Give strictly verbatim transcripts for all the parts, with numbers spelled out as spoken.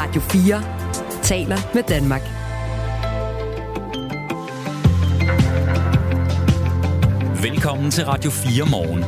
Radio fire taler med Danmark. Velkommen til Radio fire morgen.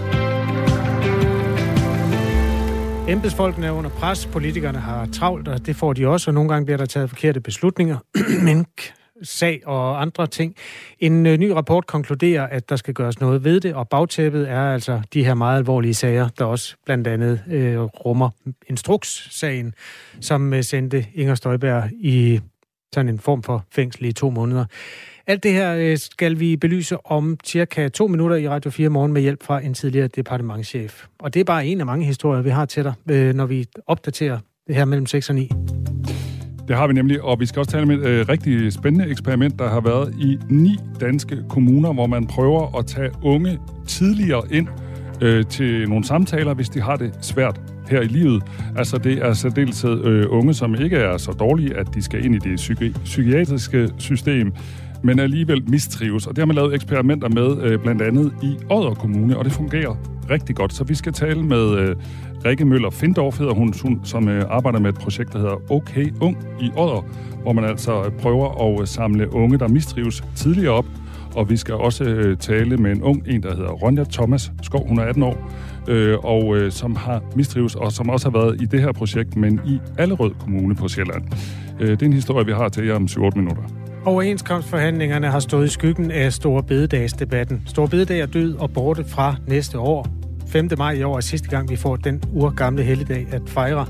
Embedsfolkene er under pres, politikerne har travlt, og det får de også, og nogle gange bliver der taget forkerte beslutninger, mink, sag og andre ting. En øh, ny rapport konkluderer, at der skal gøres noget ved det, og bagtæppet er altså de her meget alvorlige sager, der også blandt andet øh, rummer instrukssagen, som øh, sendte Inger Støjberg i sådan en form for fængsel i to måneder. Alt det her øh, skal vi belyse om cirka to minutter i Radio fire morgen med hjælp fra en tidligere departementschef. Og det er bare en af mange historier, vi har til dig, øh, når vi opdaterer det her mellem seks og ni. Det har vi nemlig, og vi skal også tale med et øh, rigtig spændende eksperiment, der har været i ni danske kommuner, hvor man prøver at tage unge tidligere ind øh, til nogle samtaler, hvis de har det svært her i livet. Altså det er særdeles øh, unge, som ikke er så dårlige, at de skal ind i det psyki- psykiatriske system, men alligevel mistrives. Og det har man lavet eksperimenter med, øh, blandt andet i Odder Kommune, og det fungerer rigtig godt. Så vi skal tale med øh, Rikke Møller Findorf, hedder hun, som øh, arbejder med et projekt, der hedder Okay Ung i Odder, hvor man altså prøver at samle unge, der mistrives tidligere op. Og vi skal også øh, tale med en ung, en der hedder Ronja Thomas Skov, hun er atten år, øh, og øh, som har mistrives, og som også har været i det her projekt, men i Allerød Kommune på Sjælland. Øh, det er en historie, vi har til jer om syv otte minutter. Overenskomstforhandlingerne har stået i skyggen af Store Bededagsdebatten. Store Bededag er død og borte fra næste år. femte maj i år er sidste gang, vi får den urgamle helligdag at fejre.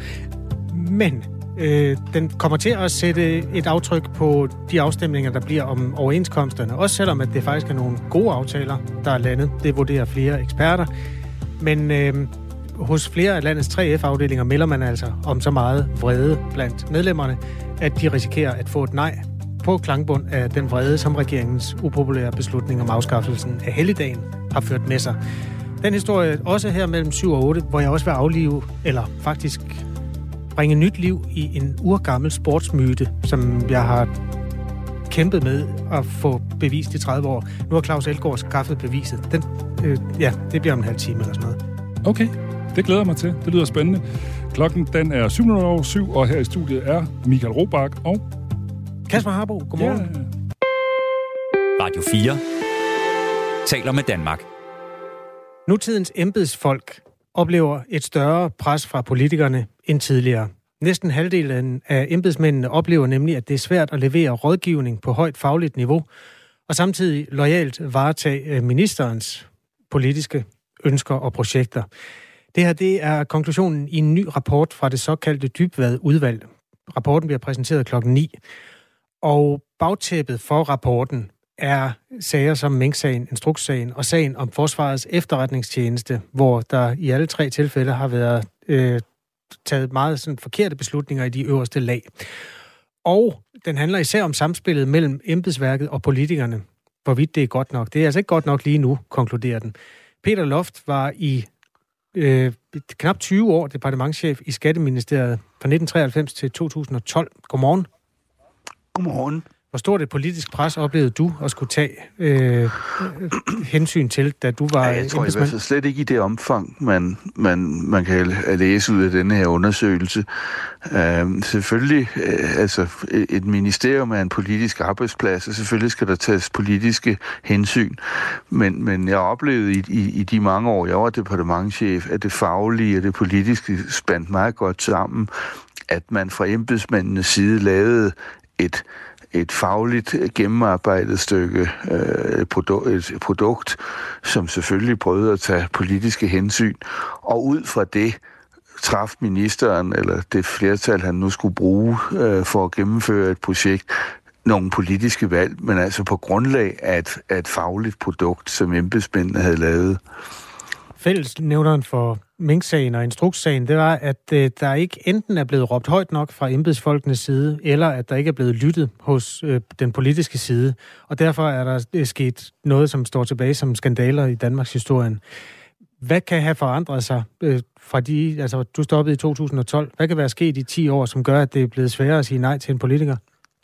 Men øh, den kommer til at sætte et aftryk på de afstemninger, der bliver om overenskomsterne. Også selvom at det faktisk er nogle gode aftaler, der er landet. Det vurderer flere eksperter. Men øh, hos flere af landets tre F-afdelinger melder man altså om så meget vrede blandt medlemmerne, at de risikerer at få et nej på klangbund af den vrede, som regeringens upopulære beslutning om afskaffelsen af helligdagen har ført med sig. Den historie også her mellem syv og otte, hvor jeg også vil aflive, eller faktisk bringe nyt liv i en urgammel sportsmyte, som jeg har kæmpet med at få bevist i tredive år. Nu har Claus Elgaard skaffet beviset. Den, øh, ja, det bliver om en halv time eller sådan noget. Okay, det glæder mig til. Det lyder spændende. Klokken den er syv minutter over syv, og her i studiet er Michael Robach og Kasper Harbo, godmorgen. Yeah. Radio fire taler med Danmark. Nutidens embedsfolk oplever et større pres fra politikerne end tidligere. Næsten halvdelen af embedsmændene oplever nemlig, at det er svært at levere rådgivning på højt fagligt niveau, og samtidig loyalt varetage ministerens politiske ønsker og projekter. Det her det er konklusionen i en ny rapport fra det såkaldte Dybvad-udvalg. Rapporten bliver præsenteret klokken ni. Og bagtæppet for rapporten er sager som minksagen, instrukssagen og sagen om Forsvarets efterretningstjeneste, hvor der i alle tre tilfælde har været øh, taget meget sådan forkerte beslutninger i de øverste lag. Og den handler især om samspillet mellem embedsværket og politikerne, hvorvidt det er godt nok. Det er altså ikke godt nok lige nu, konkluderer den. Peter Loft var i øh, knap tyve år departementschef i Skatteministeriet fra nitten treoghalvfems til to tusind og tolv. Godmorgen. Godmorgen. Hvor stort et politisk pres oplevede du at skulle tage øh, hensyn til, da du var ja, jeg tror i hvert fald slet ikke i det omfang, man, man, man kan læse ud af denne her undersøgelse. Uh, selvfølgelig, uh, altså et ministerium er en politisk arbejdsplads, og selvfølgelig skal der tages politiske hensyn. Men, men jeg oplevede i, i, i de mange år, jeg var departementschef, at det faglige og det politiske spandt meget godt sammen, at man fra embedsmændenes side lavede et et fagligt gennemarbejdet stykke øh, produ- et produkt, som selvfølgelig prøvede at tage politiske hensyn. Og ud fra det traf ministeren, eller det flertal, han nu skulle bruge øh, for at gennemføre et projekt, nogle politiske valg, men altså på grundlag af et, af et fagligt produkt, som embedsmændene havde lavet. Fællesnævneren for minksagen og instrukssagen, det var, at øh, der ikke enten er blevet råbt højt nok fra embedsfolkenes side, eller at der ikke er blevet lyttet hos øh, den politiske side. Og derfor er der øh, sket noget, som står tilbage som skandaler i Danmarks historien. Hvad kan have forandret sig øh, fra de... Altså, du stoppede i to tusind og tolv. Hvad kan være sket i ti år, som gør, at det er blevet sværere at sige nej til en politiker?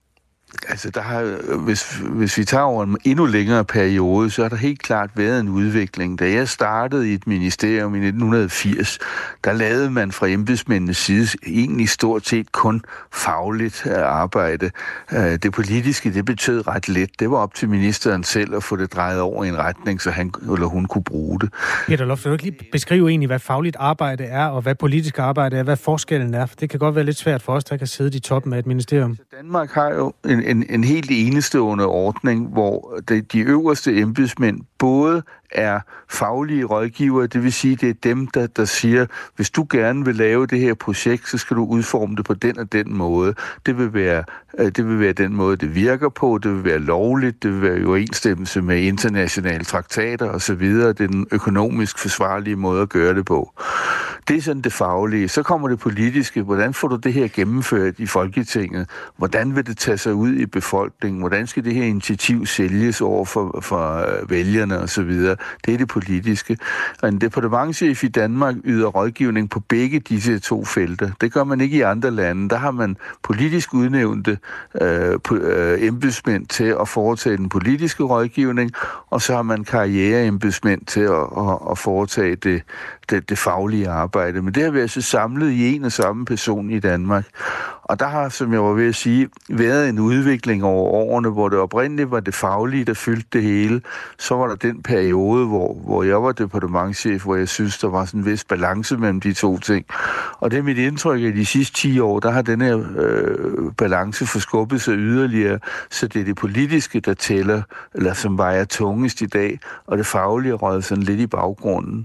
Altså, der har, hvis, hvis vi tager over en endnu længere periode, så har der helt klart været en udvikling. Da jeg startede i et ministerium i nitten firs, der lavede man fra embedsmændenes side egentlig stort set kun fagligt arbejde. Det politiske, det betød ret lidt. Det var op til ministeren selv at få det drejet over i en retning, så han eller hun kunne bruge det. Peter Loft, vil du ikke lige beskrive egentlig, hvad fagligt arbejde er, og hvad politisk arbejde er, hvad forskellen er? For det kan godt være lidt svært for os, der kan sidde i toppen af et ministerium. Danmark har jo en, en, en helt enestående ordning, hvor de, de øverste embedsmænd både er faglige rådgivere, det vil sige, det er dem, der, der siger, hvis du gerne vil lave det her projekt, så skal du udforme det på den og den måde. Det vil være, det vil være den måde, det virker på, det vil være lovligt, det vil være i overensstemmelse med internationale traktater osv. Det er den økonomisk forsvarlige måde at gøre det på. Det er sådan det faglige. Så kommer det politiske. Hvordan får du det her gennemført i Folketinget? Hvordan vil det tage sig ud i befolkningen? Hvordan skal det her initiativ sælges over for, for vælgerne osv.? Det er det politiske. Og en departementschef i Danmark yder rådgivning på begge disse to felter. Det gør man ikke i andre lande. Der har man politisk udnævnte øh, øh, embedsmænd til at foretage den politiske rådgivning, og så har man karriereembedsmænd til at, at, at foretage det, det, det faglige arbejde. Men det har vi altså samlet i en og samme person i Danmark. Og der har, som jeg var ved at sige, været en udvikling over årene, hvor det oprindeligt var det faglige, der fyldte det hele. Så var der den periode, hvor, hvor jeg var departementschef, hvor jeg synes, der var sådan en vis balance mellem de to ting. Og det er mit indtryk, at i de sidste ti år, der har den her øh, balance forskubbet sig yderligere, så det er det politiske, der tæller, eller som vejer tungest i dag, og det faglige rød sådan lidt i baggrunden.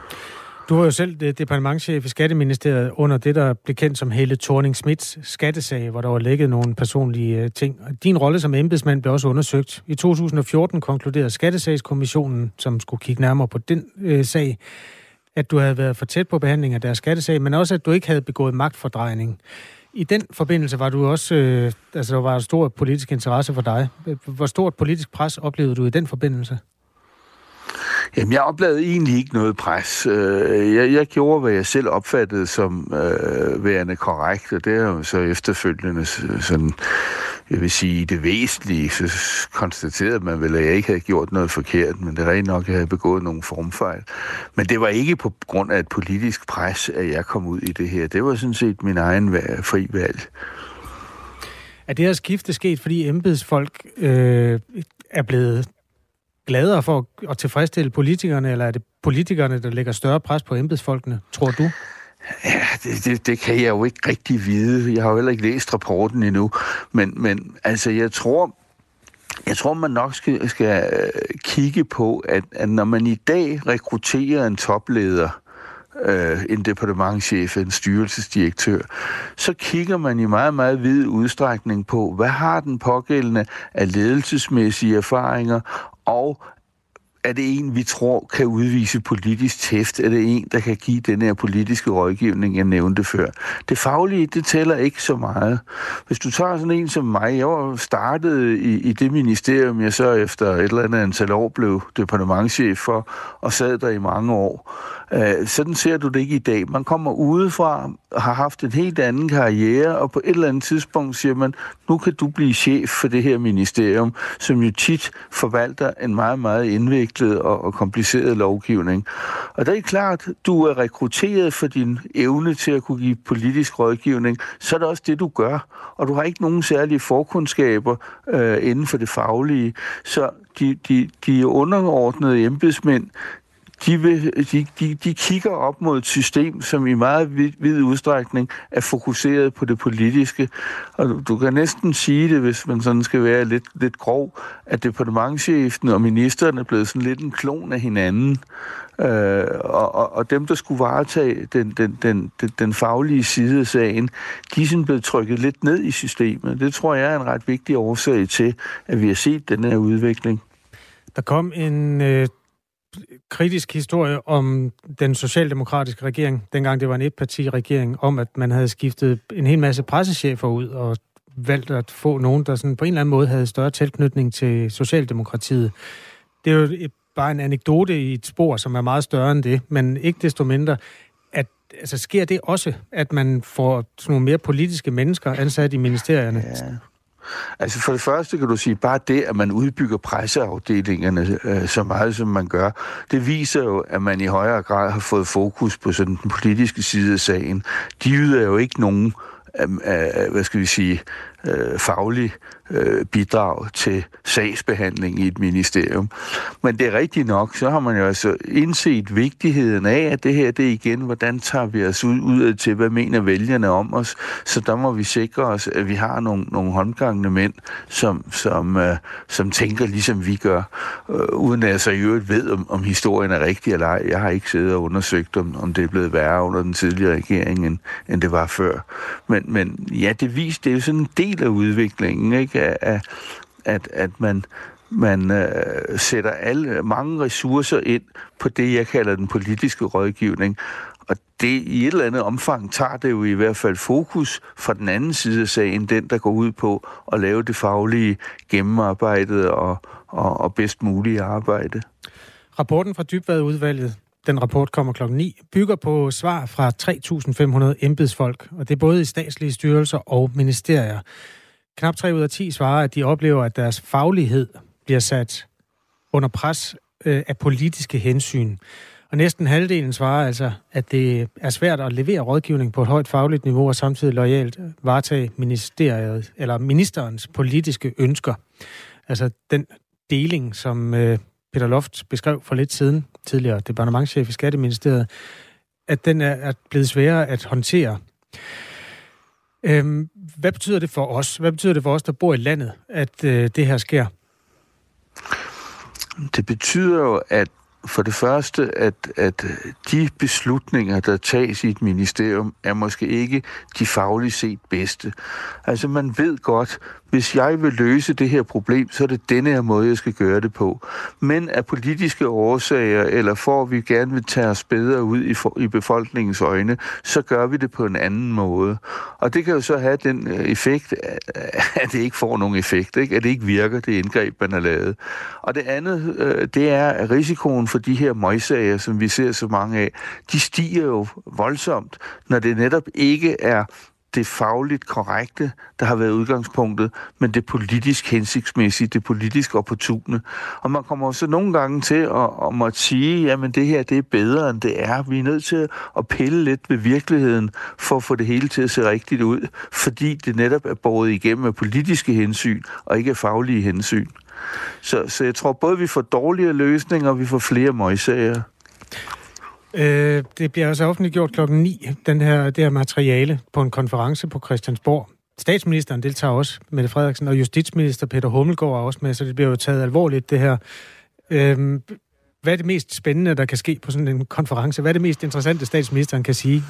Du var jo selv departementschef i Skatteministeriet under det, der blev kendt som Helle Thorning-Schmidts skattesag, hvor der var lækket nogle personlige ting. Din rolle som embedsmand blev også undersøgt. I to tusind og fjorten konkluderede Skattesagskommissionen, som skulle kigge nærmere på den øh, sag, at du havde været for tæt på behandling af deres skattesag, men også at du ikke havde begået magtfordrejning. I den forbindelse var du også, øh, altså der var en stor politisk interesse for dig. Hvor stort politisk pres oplevede du i den forbindelse? Jamen, jeg oplevede egentlig ikke noget pres. Jeg, jeg gjorde, hvad jeg selv opfattede som øh, værende korrekt, og det er jo så efterfølgende sådan, jeg vil sige, det væsentlige, så konstaterede man vel, at jeg ikke havde gjort noget forkert, men det er rent nok, at jeg havde begået nogle formfejl. Men det var ikke på grund af et politisk pres, at jeg kom ud i det her. Det var sådan set min egen fri valg. Er det her skifte sket, fordi embedsfolk øh, er blevet gladere for at tilfredsstille politikerne, eller er det politikerne, der lægger større pres på embedsfolkene, tror du? Ja, det, det, det kan jeg jo ikke rigtig vide. Jeg har jo heller ikke læst rapporten endnu. Men, men altså, jeg tror, jeg tror man nok skal, skal kigge på, at, at når man i dag rekrutterer en topleder, en departementschef, en styrelsesdirektør, så kigger man i meget, meget vid udstrækning på, hvad har den pågældende af ledelsesmæssige erfaringer, og er det en, vi tror kan udvise politisk tæft? Er det en, der kan give den her politiske rådgivning, jeg nævnte før? Det faglige, det tæller ikke så meget. Hvis du tager sådan en som mig, jeg var startet i, i det ministerium, jeg så efter et eller andet antal år blev departementschef for, og sad der i mange år. Uh, sådan ser du det ikke i dag. Man kommer udefra, har haft en helt anden karriere, og på et eller andet tidspunkt siger man, nu kan du blive chef for det her ministerium, som jo tit forvalter en meget, meget indviklet og, og kompliceret lovgivning. Og det er klart, du er rekrutteret for din evne til at kunne give politisk rådgivning, så er det også det, du gør. Og du har ikke nogen særlige forkundskaber uh, inden for det faglige. Så de, de, de underordnede embedsmænd, De, vil, de, de, de kigger op mod et system, som i meget vid, vid udstrækning er fokuseret på det politiske. Og du, du kan næsten sige det, hvis man sådan skal være lidt, lidt grov, at departementschefen og ministeren er blevet sådan lidt en klon af hinanden. Øh, og, og, og dem, der skulle varetage den, den, den, den, den faglige side af sagen, de er sådan blevet trykket lidt ned i systemet. Det tror jeg er en ret vigtig årsag til, at vi har set den her udvikling. Der kom en Øh kritisk historie om den socialdemokratiske regering, dengang det var en etparti-regering, om at man havde skiftet en hel masse pressechefer ud og valgt at få nogen, der sådan på en eller anden måde havde større tilknytning til Socialdemokratiet. Det er jo et, bare en anekdote i et spor, som er meget større end det, men ikke desto mindre, at altså, sker det også, at man får sådan nogle mere politiske mennesker ansat i ministerierne? Ja. Altså for det første kan du sige, bare det, at man udbygger presseafdelingerne øh, så meget, som man gør, det viser jo, at man i højere grad har fået fokus på sådan den politiske side af sagen. De yder jo ikke nogen, øh, øh, hvad skal vi sige, øh, faglig øh, bidrag til sagsbehandling i et ministerium. Men det er rigtigt nok, så har man jo altså indset vigtigheden af, at det her, det er igen, hvordan tager vi os ud, ud til, hvad mener vælgerne om os, så der må vi sikre os, at vi har nogle, nogle håndgangende mænd, som, som, øh, som tænker ligesom vi gør, øh, uden at jeg så i øvrigt ved, om, om historien er rigtig eller ej. Jeg har ikke siddet og undersøgt, om, om det er blevet værre under den tidligere regering, end, end det var før. Men, men ja, det viser, det er jo sådan en del af udviklingen, ikke? At, at, at man, man øh, sætter alle, mange ressourcer ind på det, jeg kalder den politiske rådgivning. Og det i et eller andet omfang tager det jo i hvert fald fokus fra den anden side af sagen, den der går ud på at lave det faglige gennemarbejdet og, og, og bedst mulige arbejde. Rapporten fra Dybvad-udvalget, den rapport kommer klokken ni, bygger på svar fra tre tusind fem hundrede embedsfolk, og det er både i statslige styrelser og ministerier. Knap tre ud af ti svarer, at de oplever, at deres faglighed bliver sat under pres øh, af politiske hensyn. Og næsten halvdelen svarer altså, at det er svært at levere rådgivning på et højt fagligt niveau og samtidig loyalt varetage ministeriet eller ministerens politiske ønsker. Altså den deling, som øh, Peter Loft beskrev for lidt siden, tidligere departementschef i Skatteministeriet, at den er blevet sværere at håndtere. Øhm, hvad betyder det for os? Hvad betyder det for os, der bor i landet, at øh, det her sker? Det betyder jo, at for det første, at, at de beslutninger, der tages i et ministerium, er måske ikke de fagligt set bedste. Altså man ved godt, hvis jeg vil løse det her problem, så er det denne her måde, jeg skal gøre det på. Men af politiske årsager, eller for at vi gerne vil tage os bedre ud i, for, i befolkningens øjne, så gør vi det på en anden måde. Og det kan jo så have den effekt, at det ikke får nogen effekt, ikke? At det ikke virker, det indgreb, man har lavet. Og det andet, det er, at risikoen for de her møgsager, som vi ser så mange af, de stiger jo voldsomt, når det netop ikke er det fagligt korrekte, der har været udgangspunktet, men det politisk hensigtsmæssige, det politisk opportune. Og man kommer så nogle gange til at, at måtte sige, jamen det her, det er bedre, end det er. Vi er nødt til at pille lidt ved virkeligheden, for at få det hele til at se rigtigt ud, fordi det netop er båret igennem af politiske hensyn, og ikke af faglige hensyn. Så, så jeg tror både, vi får dårligere løsninger, og vi får flere møgsager. Øh, det bliver altså offentliggjort klokken ni, den her, det her materiale på en konference på Christiansborg. Statsministeren deltager også, Mette Frederiksen, og justitsminister Peter Hummelgaard er også med, så det bliver jo taget alvorligt, det her. Øh, hvad er det mest spændende, der kan ske på sådan en konference? Hvad er det mest interessante, statsministeren kan sige?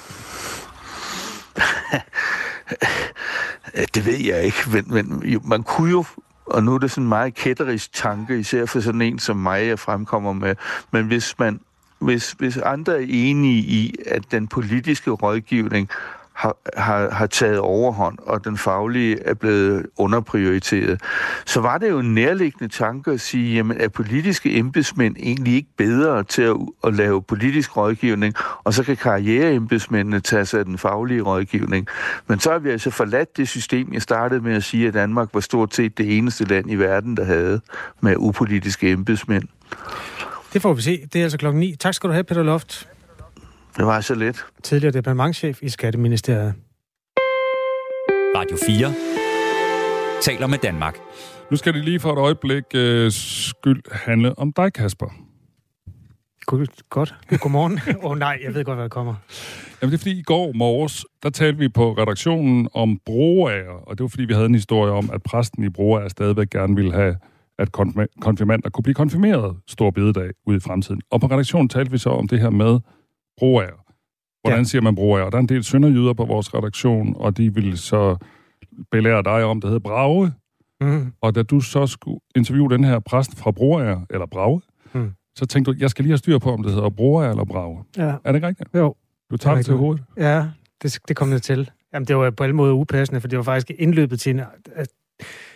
Det ved jeg ikke, men, men man kunne jo, og nu er det sådan en meget kætterisk tanke, især for sådan en som mig, jeg fremkommer med, men hvis man Hvis, hvis andre er enige i, at den politiske rådgivning har, har, har taget overhånd, og den faglige er blevet underprioriteret, så var det jo en nærliggende tanke at sige, jamen er politiske embedsmænd egentlig ikke bedre til at, at lave politisk rådgivning, og så kan karriereembedsmændene tage sig af den faglige rådgivning. Men så har vi altså forladt det system, jeg startede med at sige, at Danmark var stort set det eneste land i verden, der havde med upolitiske embedsmænd. Det får vi se. Det er altså klokken ni. Tak skal du have, Peter Loft. Det var så let. Tidligere departementschef i Skatteministeriet. Radio fire taler med Danmark. Nu skal det lige for et øjeblik øh, skyld handle om dig, Kasper. God, godt. Godmorgen. Åh oh, nej, jeg ved godt, hvad der kommer. Jamen det er fordi i går morges, der talte vi på redaktionen om broager, og det var fordi vi havde en historie om, at præsten i Broager stadigvæk gerne ville have, at konfirmander kunne blive konfirmeret stor bededag ude i fremtiden. Og på redaktionen talte vi så om det her med broager. Hvordan ja. siger man broager? Der er en del sønderjyder på vores redaktion, og de ville så belære dig om, det hedder Brage. Mm. Og da du så skulle interviewe den her præst fra Broager, eller Brage, mm. så tænkte du, jeg skal lige have styr på, om det hedder Broager eller Brage. Ja. Er det ikke rigtigt? Jo. Du tager det, det til hovedet? Ja, det, det kom det til. Jamen, det var på alle måder upassende, for det var faktisk indløbet til en...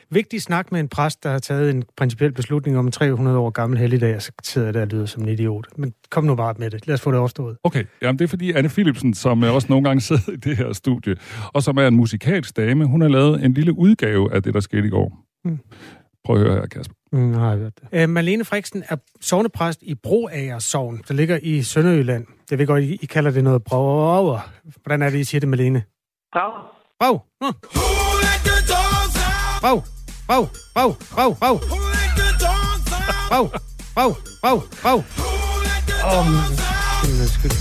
vigtig snak med en præst, der har taget en principiel beslutning om en tre hundrede år gammel helligdag, og så sidder jeg der og lyder som en idiot. Men kom nu bare med det. Lad os få det overstået. Okay, jamen det er fordi Anne Philipsen, som også nogle gange sidder i det her studie, og som er en musikalsk dame, hun har lavet en lille udgave af det, der skete i går. Mm. Prøv at høre her, Kasper. Mm, har jeg hørt det. Æ, Marlene Friksen er sognepræst i Broager Sogn, der ligger i Sønderjylland. Jeg ved godt, I, I kalder det noget braver. Hvordan er det, I siger det, Marlene? Brav. Brav. Hm. Brav. Brav. Brav. Brav. Brav. Brav. Brav. Brav. Brav. Åh, men...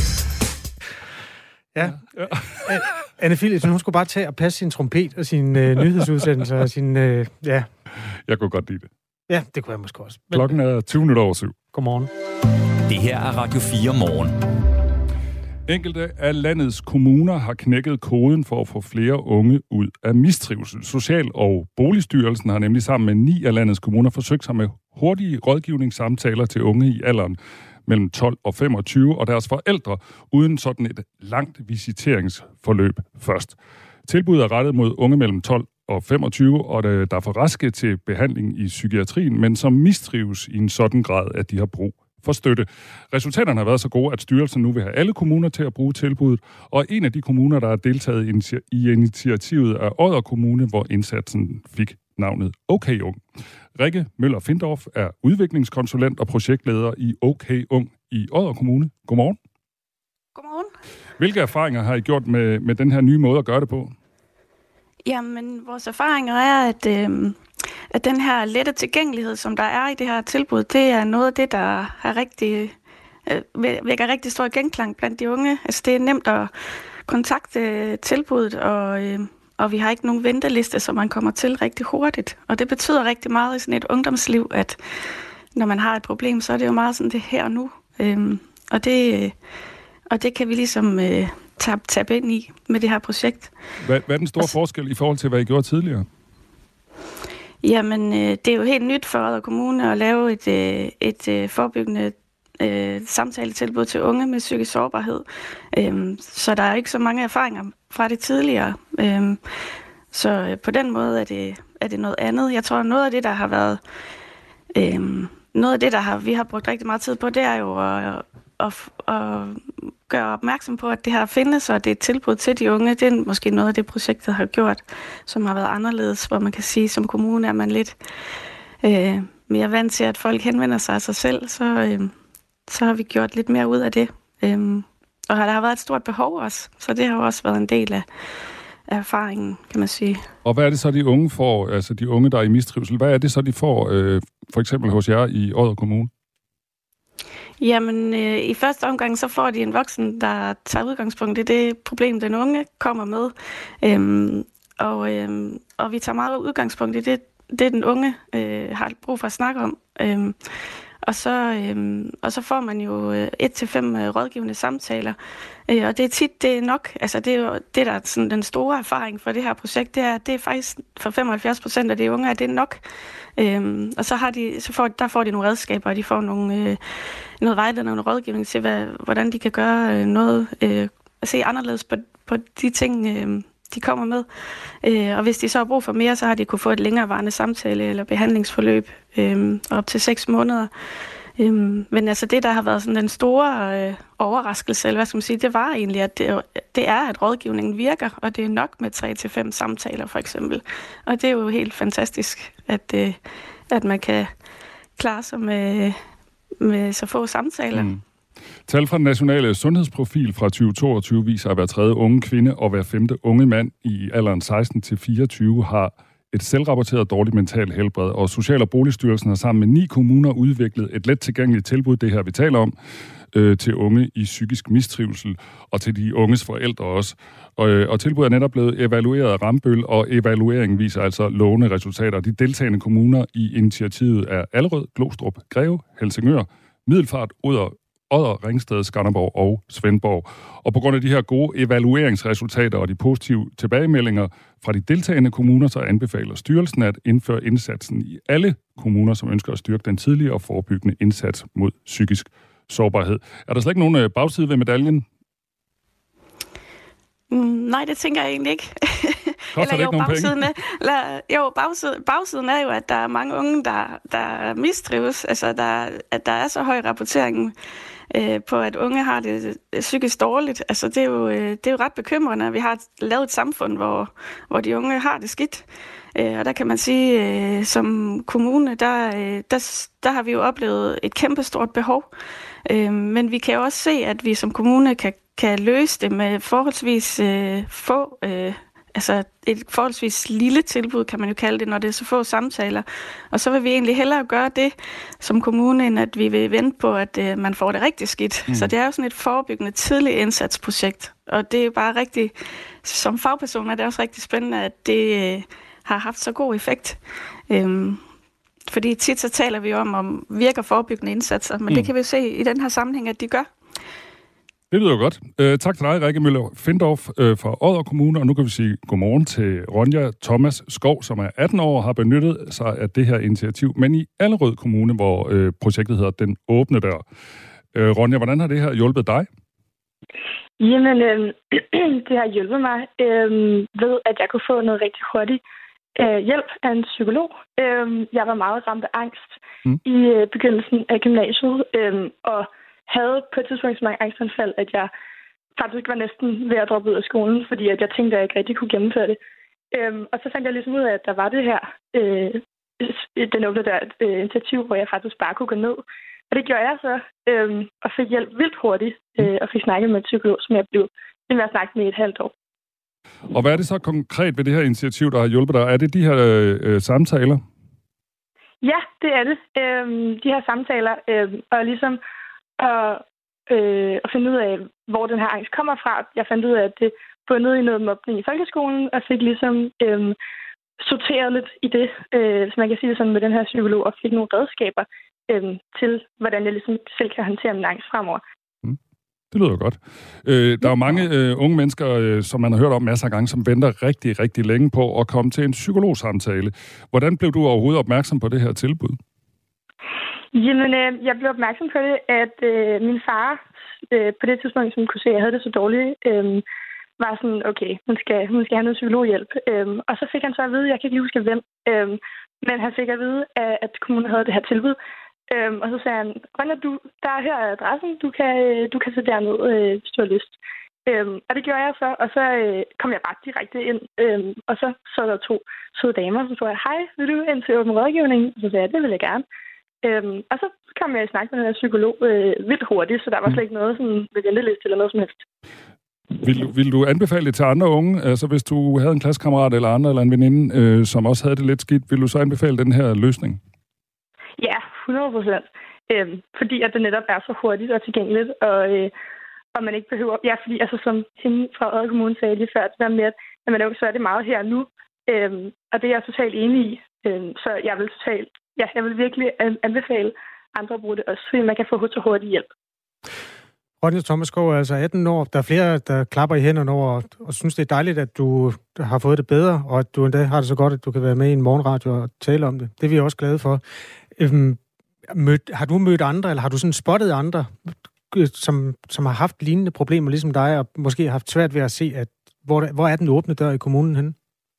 Ja. ja. Anne Philipsen, hun skulle bare tage og passe sin trompet og sin øh, nyhedsudsendelse og sin... Øh, ja. Jeg kunne godt lide det. Ja, det kunne jeg måske også. Men... Klokken er tyve minutter over syv. Godmorgen. Det her er Radio fire morgen. Enkelte af landets kommuner har knækket koden for at få flere unge ud af mistrivsel. Social- og Boligstyrelsen har nemlig sammen med ni af landets kommuner forsøgt sig med hurtige rådgivningssamtaler til unge i alderen mellem tolv og femogtyve, og deres forældre uden sådan et langt visiteringsforløb først. Tilbuddet er rettet mod unge mellem tolv og femogtyve, og der er for raske til behandling i psykiatrien, men som mistrives i en sådan grad, at de har brug for støtte. Resultaterne har været så gode, at styrelsen nu vil have alle kommuner til at bruge tilbuddet, og en af de kommuner, der har deltaget i initiativet, er Odder Kommune, hvor indsatsen fik navnet Okay Ung. Rikke Møller Findorf er udviklingskonsulent og projektleder i Okay Ung i Odder Kommune. Godmorgen. Godmorgen. Hvilke erfaringer har I gjort med, med den her nye måde at gøre det på? Jamen, vores erfaringer er, at, øh, at den her lette tilgængelighed, som der er i det her tilbud, det er noget af det, der har rigtig, øh, vækker rigtig stor genklang blandt de unge. Altså, det er nemt at kontakte tilbuddet, og... Øh, Og vi har ikke nogen venteliste, så man kommer til rigtig hurtigt. Og det betyder rigtig meget i sådan et ungdomsliv, at når man har et problem, så er det jo meget sådan det her og nu. Øhm, og, det, og det kan vi ligesom øh, tab, tabe ind i med det her projekt. Hvad, hvad er den store altså, forskel i forhold til, hvad I gjorde tidligere? Jamen, øh, det er jo helt nyt for Odder Kommune at lave et, øh, et øh, forebyggende øh, samtaletilbud til unge med psykisk sårbarhed. Øhm, så der er ikke så mange erfaringer fra det tidligere. Øhm, så øh, på den måde er det, er det noget andet. Jeg tror, noget af det, der har været... Øhm, noget af det, der har, vi har brugt rigtig meget tid på, det er jo at, at, at gøre opmærksom på, at det her findes, og det er et tilbud til de unge. Det er måske noget af det, projektet har gjort, som har været anderledes, hvor man kan sige, som kommune er man lidt øh, mere vant til, at folk henvender sig af sig selv, så... Øh, så har vi gjort lidt mere ud af det. Øhm, og der har været et stort behov også, så det har jo også været en del af, af erfaringen, kan man sige. Og hvad er det så, de unge får, altså de unge, der er i mistrivsel, hvad er det så, de får, øh, for eksempel hos jer i Odder Kommune? Jamen, øh, i første omgang, så får de en voksen, der tager udgangspunkt i det problem, den unge kommer med. Øhm, og, øhm, og vi tager meget udgangspunkt i det, det den unge øh, har brug for at snakke om. Øhm, Og så, øhm, og så får man jo øh, et til fem øh, rådgivende samtaler. Øh, og det er tit, det er nok. Altså det er jo det, der er sådan den store erfaring for det her projekt, det er, det er faktisk for femoghalvfjerds procent af de unge, at det er nok. Øhm, og så, har de, så får, der får de nogle redskaber, og de får nogle, øh, noget vejledning og noget rådgivning til, hvad, hvordan de kan gøre øh, noget, øh, se anderledes på, på de ting, øh, de kommer med. Øh, og hvis de så har brug for mere, så har de kunne få et længerevarende samtale eller behandlingsforløb øh, op til seks måneder. Øh, men altså det, der har været sådan den store øh, overraskelse, eller hvad skal man sige, det var egentlig, at det, det er, at rådgivningen virker, og det er nok med tre til fem samtaler for eksempel. Og det er jo helt fantastisk, at, øh, at man kan klare sig med, med så få samtaler. Mm. Tal fra den nationale sundhedsprofil fra tyve toogtyve viser, at hver tredje unge kvinde og hver femte unge mand i alderen seksten til fireogtyve har et selvrapporteret dårligt mentalt helbred, og Social- og Boligstyrelsen har sammen med ni kommuner udviklet et let tilgængeligt tilbud, det her vi taler om, øh, til unge i psykisk mistrivsel, og til de unges forældre også. Og, øh, og tilbuddet er netop blevet evalueret af Rambøll, og evalueringen viser altså lovende resultater. De deltagende kommuner i initiativet er Allerød, Glostrup, Greve, Helsingør, Middelfart, Odder, Odder, Ringsted, Skanderborg og Svendborg. Og på grund af de her gode evalueringsresultater og de positive tilbagemeldinger fra de deltagende kommuner, så anbefaler styrelsen at indføre indsatsen i alle kommuner, som ønsker at styrke den tidlige og forebyggende indsats mod psykisk sårbarhed. Er der slet ikke nogen bagside ved medaljen? Mm, nej, det tænker jeg egentlig ikke. Koster det ikke nogen bagsiden penge? Er, la, jo, bagsiden, bagsiden er jo, at der er mange unge, der, der mistrives. Altså, der, at der er så høj rapportering øh, på, at unge har det psykisk dårligt. Altså, det er jo, øh, det er jo ret bekymrende, at vi har lavet et samfund, hvor, hvor de unge har det skidt. Øh, og der kan man sige, øh, som kommune, der, øh, der, der har vi jo oplevet et kæmpestort behov. Øh, men vi kan jo også se, at vi som kommune kan, kan løse det med forholdsvis øh, få, øh, altså et forholdsvis lille tilbud, kan man jo kalde det, når det er så få samtaler. Og så vil vi egentlig hellere gøre det som kommune, end at vi vil vente på, at øh, man får det rigtig skidt. Mm. Så det er jo sådan et forebyggende tidlig indsatsprojekt. Og det er bare rigtig, som fagperson er det også rigtig spændende, at det øh, har haft så god effekt. Øhm, fordi tit så taler vi om, om virker forebyggende indsatser, men mm. det kan vi se i den her sammenhæng, at de gør. Det lyder godt. Uh, tak til dig, Rikke Møller Findorf uh, fra Odder Kommune, og nu kan vi sige godmorgen til Ronja Thomas Skov, som er atten år og har benyttet sig af det her initiativ, men i Allerød Kommune, hvor uh, projektet hedder Den Åbne Dør. Uh, Ronja, hvordan har det her hjulpet dig? Jamen, øh, det har hjulpet mig øh, ved, at jeg kunne få noget rigtig hurtigt øh, hjælp af en psykolog. Øh, jeg var meget ramt af angst mm. i øh, begyndelsen af gymnasiet, øh, og havde på et tidspunkt så mange angstanfald, at jeg faktisk var næsten ved at droppe ud af skolen, fordi at jeg tænkte, at jeg ikke rigtig kunne gennemføre det. Øh, og så fandt jeg ligesom ud af, at der var det her, øh, den åbne der øh, initiativ, hvor jeg faktisk bare kunne gå ned. Og det gjorde jeg så, øh, og fik hjælp vildt hurtigt, øh, og fik snakket med en psykolog, som jeg blev ved at snakke med i et halvt år. Og hvad er det så konkret ved det her initiativ, der har hjulpet dig? Er det de her øh, samtaler? Ja, det er det. Øh, de her samtaler, øh, og ligesom at, øh, at finde ud af, hvor den her angst kommer fra. Jeg fandt ud af, at det bundet i noget mobning i folkeskolen, og fik ligesom øh, sorteret lidt i det, øh, så man kan sige det sådan med den her psykolog, og fik nogle redskaber øh, til, hvordan jeg ligesom selv kan håndtere min angst fremover. Mm. Det lyder godt. Øh, der er jo mange øh, unge mennesker, øh, som man har hørt om masser af gange, som venter rigtig, rigtig længe på at komme til en psykologsamtale. Hvordan blev du overhovedet opmærksom på det her tilbud? Jamen, øh, jeg blev opmærksom på det, at øh, min far øh, på det tidspunkt, som kunne se, at jeg havde det så dårligt, øh, var sådan, okay, hun skal, hun skal have noget psykologhjælp. Øh, og så fik han så at vide, jeg kan ikke huske hvem, øh, men han fik at vide, at kommunen havde det her tilbud. Øh, og så sagde han, Ronja, du, der er her adressen, du kan, du kan sætte derned, øh, hvis du har lyst. Øh, og det gjorde jeg så, og så øh, kom jeg bare direkte ind, øh, og så så der to søde damer, som sagde, hej, vil du ind til åben rådgivning? Og så sagde jeg, det vil jeg gerne. Øhm, og så kom jeg i snak med den her psykolog øh, vildt hurtigt, så der var slet ikke noget sådan ved venteliste eller noget som helst. Vil, vil du anbefale det til andre unge? Altså hvis du havde en klassekammerat eller andre, eller en veninde, øh, som også havde det lidt skidt, vil du så anbefale den her løsning? Ja, hundrede procent. Øhm, fordi at det netop er så hurtigt og tilgængeligt, og, øh, og man ikke behøver... Ja, fordi altså som hende fra Odder Kommune sagde lige før, det der med, at man jo så er det meget her nu, øhm, og det er jeg totalt enig i. Øhm, så jeg vil totalt... Ja, jeg vil virkelig anbefale andre at bruge det også, fordi man kan få så hurtig hjælp. Ronja Thomas Skov er altså atten år. Der er flere, der klapper i hænderne over og, og synes, det er dejligt, at du har fået det bedre, og at du endda har det så godt, at du kan være med i en morgenradio og tale om det. Det er vi også glade for. Øhm, mød, har du mødt andre, eller har du sådan spottet andre, som, som har haft lignende problemer ligesom dig, og måske har haft svært ved at se, at hvor, hvor er den åbne dør i kommunen henne?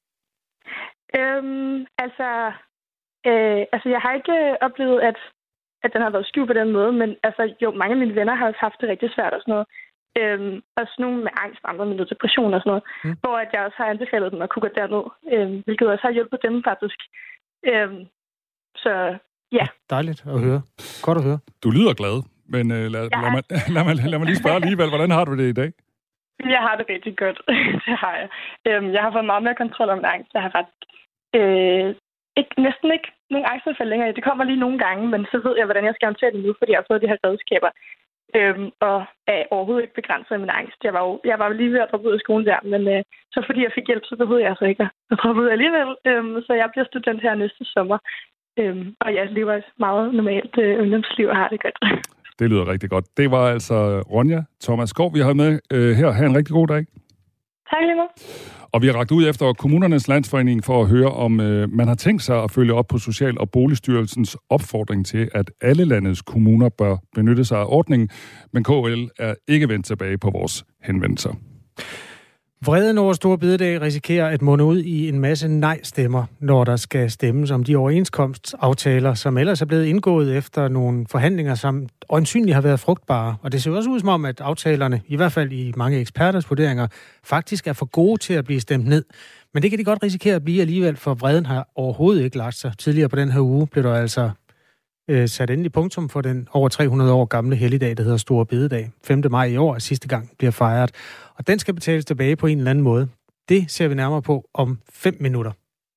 Øhm, altså... Øh, altså, jeg har ikke oplevet, at, at den har været skjult på den måde, men altså, jo, mange af mine venner har også haft det rigtig svært og sådan noget. Øhm, også nogle med angst, andre med noget depression og sådan noget, mm. hvor at jeg også har anbefalet dem at kunne gå derned, øhm, hvilket også har hjulpet dem faktisk. Øhm, så, ja. Dejligt at høre. Godt at høre. Du lyder glad, men øh, lad, ja. lad, mig, lad, mig, lad mig lige spørge alligevel, hvordan har du det i dag? Jeg har det rigtig godt. Det har jeg. Øhm, jeg har fået meget mere kontrol om min angst. Jeg har ret... Øh, Ikke, næsten ikke nogen angstanfald længere. Det kommer lige nogle gange, men så ved jeg, hvordan jeg skal håndtere det nu, fordi jeg har fået de her redskaber. Øhm, og er overhovedet ikke begrænset af min angst. Jeg var jo, jeg var jo lige ved at droppe ud af skolen der, men øh, så fordi jeg fik hjælp, så behøvede jeg altså ikke at droppe ud alligevel. Øhm, så jeg bliver student her næste sommer. Øhm, og jeg lever et meget normalt øh, ungdomsliv og har det godt. Det lyder rigtig godt. Det var altså Ronja Thomas Skov, vi har med øh, her. Ha' en rigtig god dag. Tak lige meget. Og vi har rakt ud efter Kommunernes Landsforening for at høre, om øh, man har tænkt sig at følge op på Social- og Boligstyrelsens opfordring til, at alle landets kommuner bør benytte sig af ordningen, men K L er ikke vendt tilbage på vores henvendelser. Vreden over Store Bededag risikerer at munde ud i en masse nej-stemmer, når der skal stemmes om de overenskomstaftaler, som ellers er blevet indgået efter nogle forhandlinger, som øjensynligt har været frugtbare. Og det ser også ud som om, at aftalerne, i hvert fald i mange eksperters vurderinger, faktisk er for gode til at blive stemt ned. Men det kan de godt risikere at blive alligevel, for vreden har overhovedet ikke lagt sig. Tidligere på den her uge blev der altså øh, sat endelig punktum for den over tre hundrede år gamle helligdag, der hedder Store Bededag. femte maj i år er sidste gang bliver fejret. Og den skal betales tilbage på en eller anden måde. Det ser vi nærmere på om fem minutter.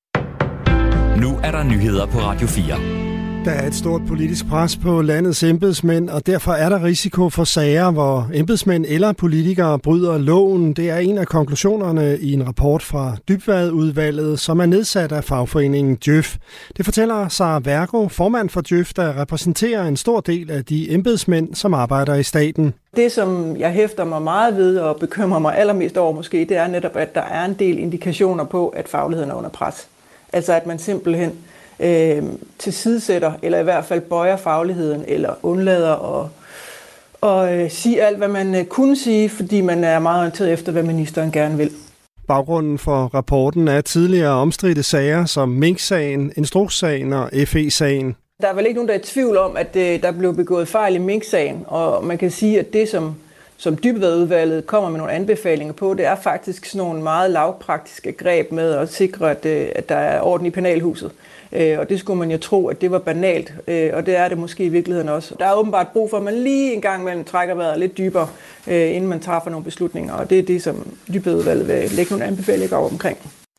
Nu er der nyheder på Radio fire. Der er et stort politisk pres på landets embedsmænd, og derfor er der risiko for sager, hvor embedsmænd eller politikere bryder loven. Det er en af konklusionerne i en rapport fra Dybvad-udvalget, som er nedsat af fagforeningen Djøf. Det fortæller Sara Vergo, formand for Djøf, der repræsenterer en stor del af de embedsmænd, som arbejder i staten. Det, som jeg hæfter mig meget ved og bekymrer mig allermest over måske, det er netop, at der er en del indikationer på, at fagligheden er under pres. Altså at man simpelthen øh, tilsidesætter, eller i hvert fald bøjer fagligheden, eller undlader at og, øh, sige alt, hvad man øh, kunne sige, fordi man er meget orienteret efter, hvad ministeren gerne vil. Baggrunden for rapporten er tidligere omstridte sager som Mink-sagen, Instruks-sagen og F E-sagen. Der er vel ikke nogen, der er i tvivl om, at øh, der blev begået fejl i Mink-sagen, og man kan sige, at det, som, som Dybvad-udvalget kommer med nogle anbefalinger på, det er faktisk sådan nogle meget lavpraktiske greb med at sikre, at, øh, at der er orden i penalhuset. Øh, og det skulle man jo tro, at det var banalt, øh, og det er det måske i virkeligheden også. Der er åbenbart brug for, at man lige en gang imellem trækker vejret lidt dybere, øh, inden man træffer nogle beslutninger, og det er det, som Dybvad-udvalget vil lægge nogle anbefalinger over omkring.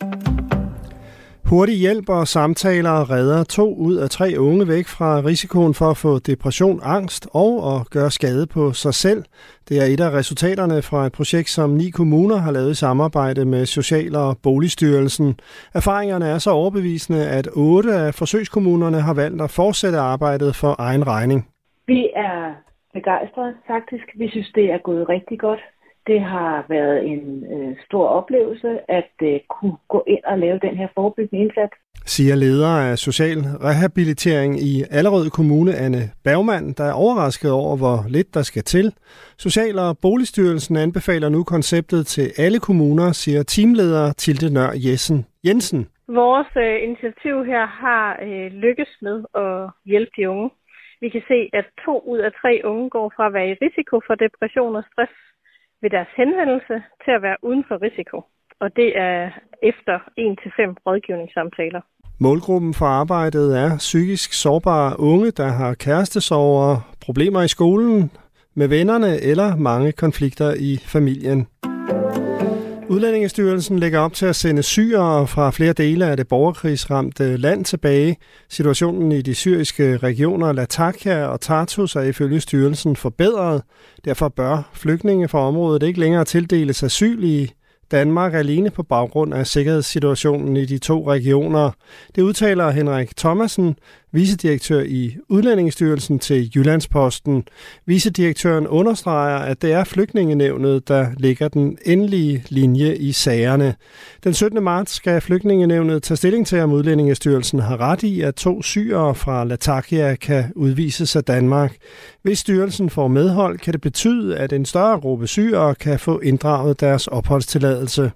Hurtig hjælp og samtaler redder to ud af tre unge væk fra risikoen for at få depression, angst og at gøre skade på sig selv. Det er et af resultaterne fra et projekt, som ni kommuner har lavet i samarbejde med Social- og Boligstyrelsen. Erfaringerne er så overbevisende, at otte af forsøgskommunerne har valgt at fortsætte arbejdet for egen regning. Vi er begejstrede faktisk. Vi synes, det er gået rigtig godt. Det har været en øh, stor oplevelse at øh, kunne gå ind og lave den her forebyggende indsats. Siger leder af social rehabilitering i Allerød Kommune, Anne Bergmann, der er overrasket over, hvor lidt der skal til. Social- og Boligstyrelsen anbefaler nu konceptet til alle kommuner, siger teamleder Tilde Nør Jensen. Jensen. Vores øh, initiativ her har øh, lykkes med at hjælpe de unge. Vi kan se, at to ud af tre unge går fra at være i risiko for depression og stress ved deres henvendelse til at være uden for risiko. Og det er efter en til fem rådgivningssamtaler. Målgruppen for arbejdet er psykisk sårbare unge, der har kærestesorger, problemer i skolen, med vennerne eller mange konflikter i familien. Udlændingestyrelsen lægger op til at sende syrere fra flere dele af det borgerkrigsramte land tilbage. Situationen i de syriske regioner Latakia og Tartus er ifølge styrelsen forbedret. Derfor bør flygtninge fra området ikke længere tildeles asyl i Danmark alene på baggrund af sikkerhedssituationen i de to regioner. Det udtaler Henrik Thomasen, vicedirektør i Udlændingestyrelsen til Jyllandsposten. Vicedirektøren understreger, at det er Flygtningenævnet, der lægger den endelige linje i sagerne. Den syttende marts skal Flygtningenævnet tage stilling til, om Udlændingestyrelsen har ret i, at to syrere fra Latakia kan udvises af Danmark. Hvis styrelsen får medhold, kan det betyde, at en større gruppe syrere kan få inddraget deres opholdstilladelse.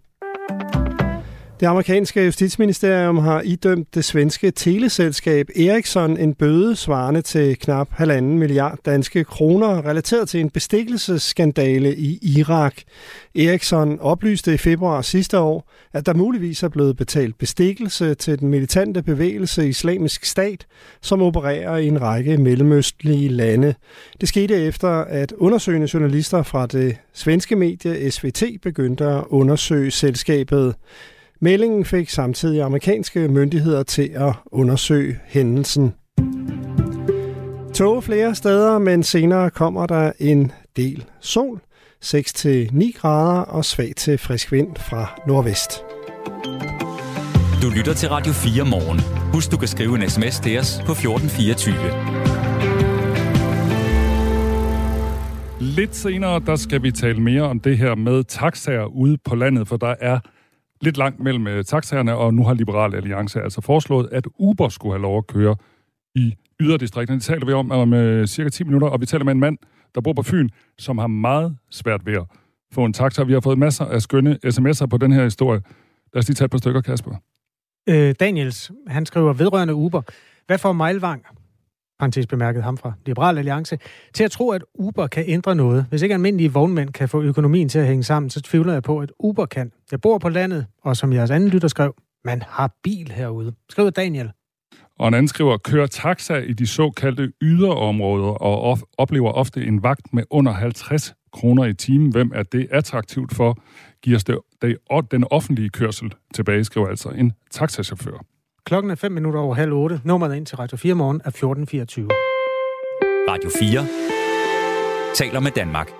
Det amerikanske justitsministerium har idømt det svenske teleselskab Ericsson en bøde svarende til knap halvanden milliard danske kroner, relateret til en bestikkelsesskandale i Irak. Ericsson oplyste i februar sidste år, at der muligvis er blevet betalt bestikkelse til den militante bevægelse Islamisk Stat, som opererer i en række mellemøstlige lande. Det skete efter, at undersøgende journalister fra det svenske medie S V T begyndte at undersøge selskabet. Meldingen fik samtidig amerikanske myndigheder til at undersøge hændelsen. Tog flere steder, men senere kommer der en del sol. seks til ni grader og svag til frisk vind fra nordvest. Du lytter til Radio fire morgen. Husk, du kan skrive en sms til os på fjorten fireogtyve. Lidt senere, der skal vi tale mere om det her med taxaer ude på landet, for der er lidt langt mellem taxaerne, og nu har Liberal Alliance altså foreslået, at Uber skulle have lov at køre i yderdistrikterne. Det taler vi om om cirka ti minutter, og vi taler med en mand, der bor på Fyn, som har meget svært ved at få en taxa. Vi har fået masser af skønne sms'er på den her historie. Lad os lige tage et par stykker, Kasper. Øh, Daniels, han skriver vedrørende Uber. Hvad får Meilvang, parentes bemærket ham fra Liberal Alliance, til at tro, at Uber kan ændre noget? Hvis ikke almindelige vognmænd kan få økonomien til at hænge sammen, så tvivler jeg på, at Uber kan. Jeg bor på landet, og som jeres anden lytter skrev, man har bil herude. Skriver Daniel. Og en anden skriver, kører taxa i de såkaldte yderområder og of- oplever ofte en vagt med under halvtreds kroner i timen. Hvem er det attraktivt for? Giver det, det den offentlige kørsel tilbage, skriver altså en taxachauffør. Klokken er fem minutter over halv otte. Nummeret ind til Radio fire morgen er fjorten fireogtyve. Radio fire taler med Danmark.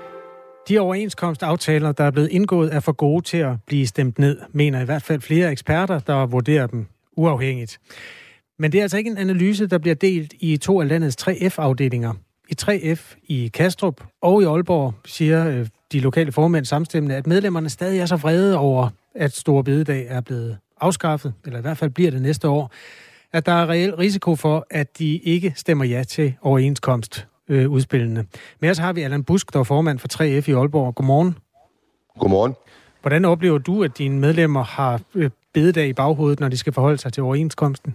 De overenskomstaftaler, der er blevet indgået, er for gode til at blive stemt ned, mener i hvert fald flere eksperter, der vurderer dem uafhængigt. Men det er altså ikke en analyse, der bliver delt i to af landets tre F-afdelinger. I tre F i Kastrup og i Aalborg siger de lokale formænd samstemmende, at medlemmerne stadig er så vrede over, at Store Bededag er blevet afskaffet, eller i hvert fald bliver det næste år, at der er reel risiko for, at de ikke stemmer ja til overenskomstudspillene. Men ellers har vi Allan Busk, der er formand for tre F i Aalborg. Godmorgen. Godmorgen. Hvordan oplever du, at dine medlemmer har bededag i baghovedet, når de skal forholde sig til overenskomsten?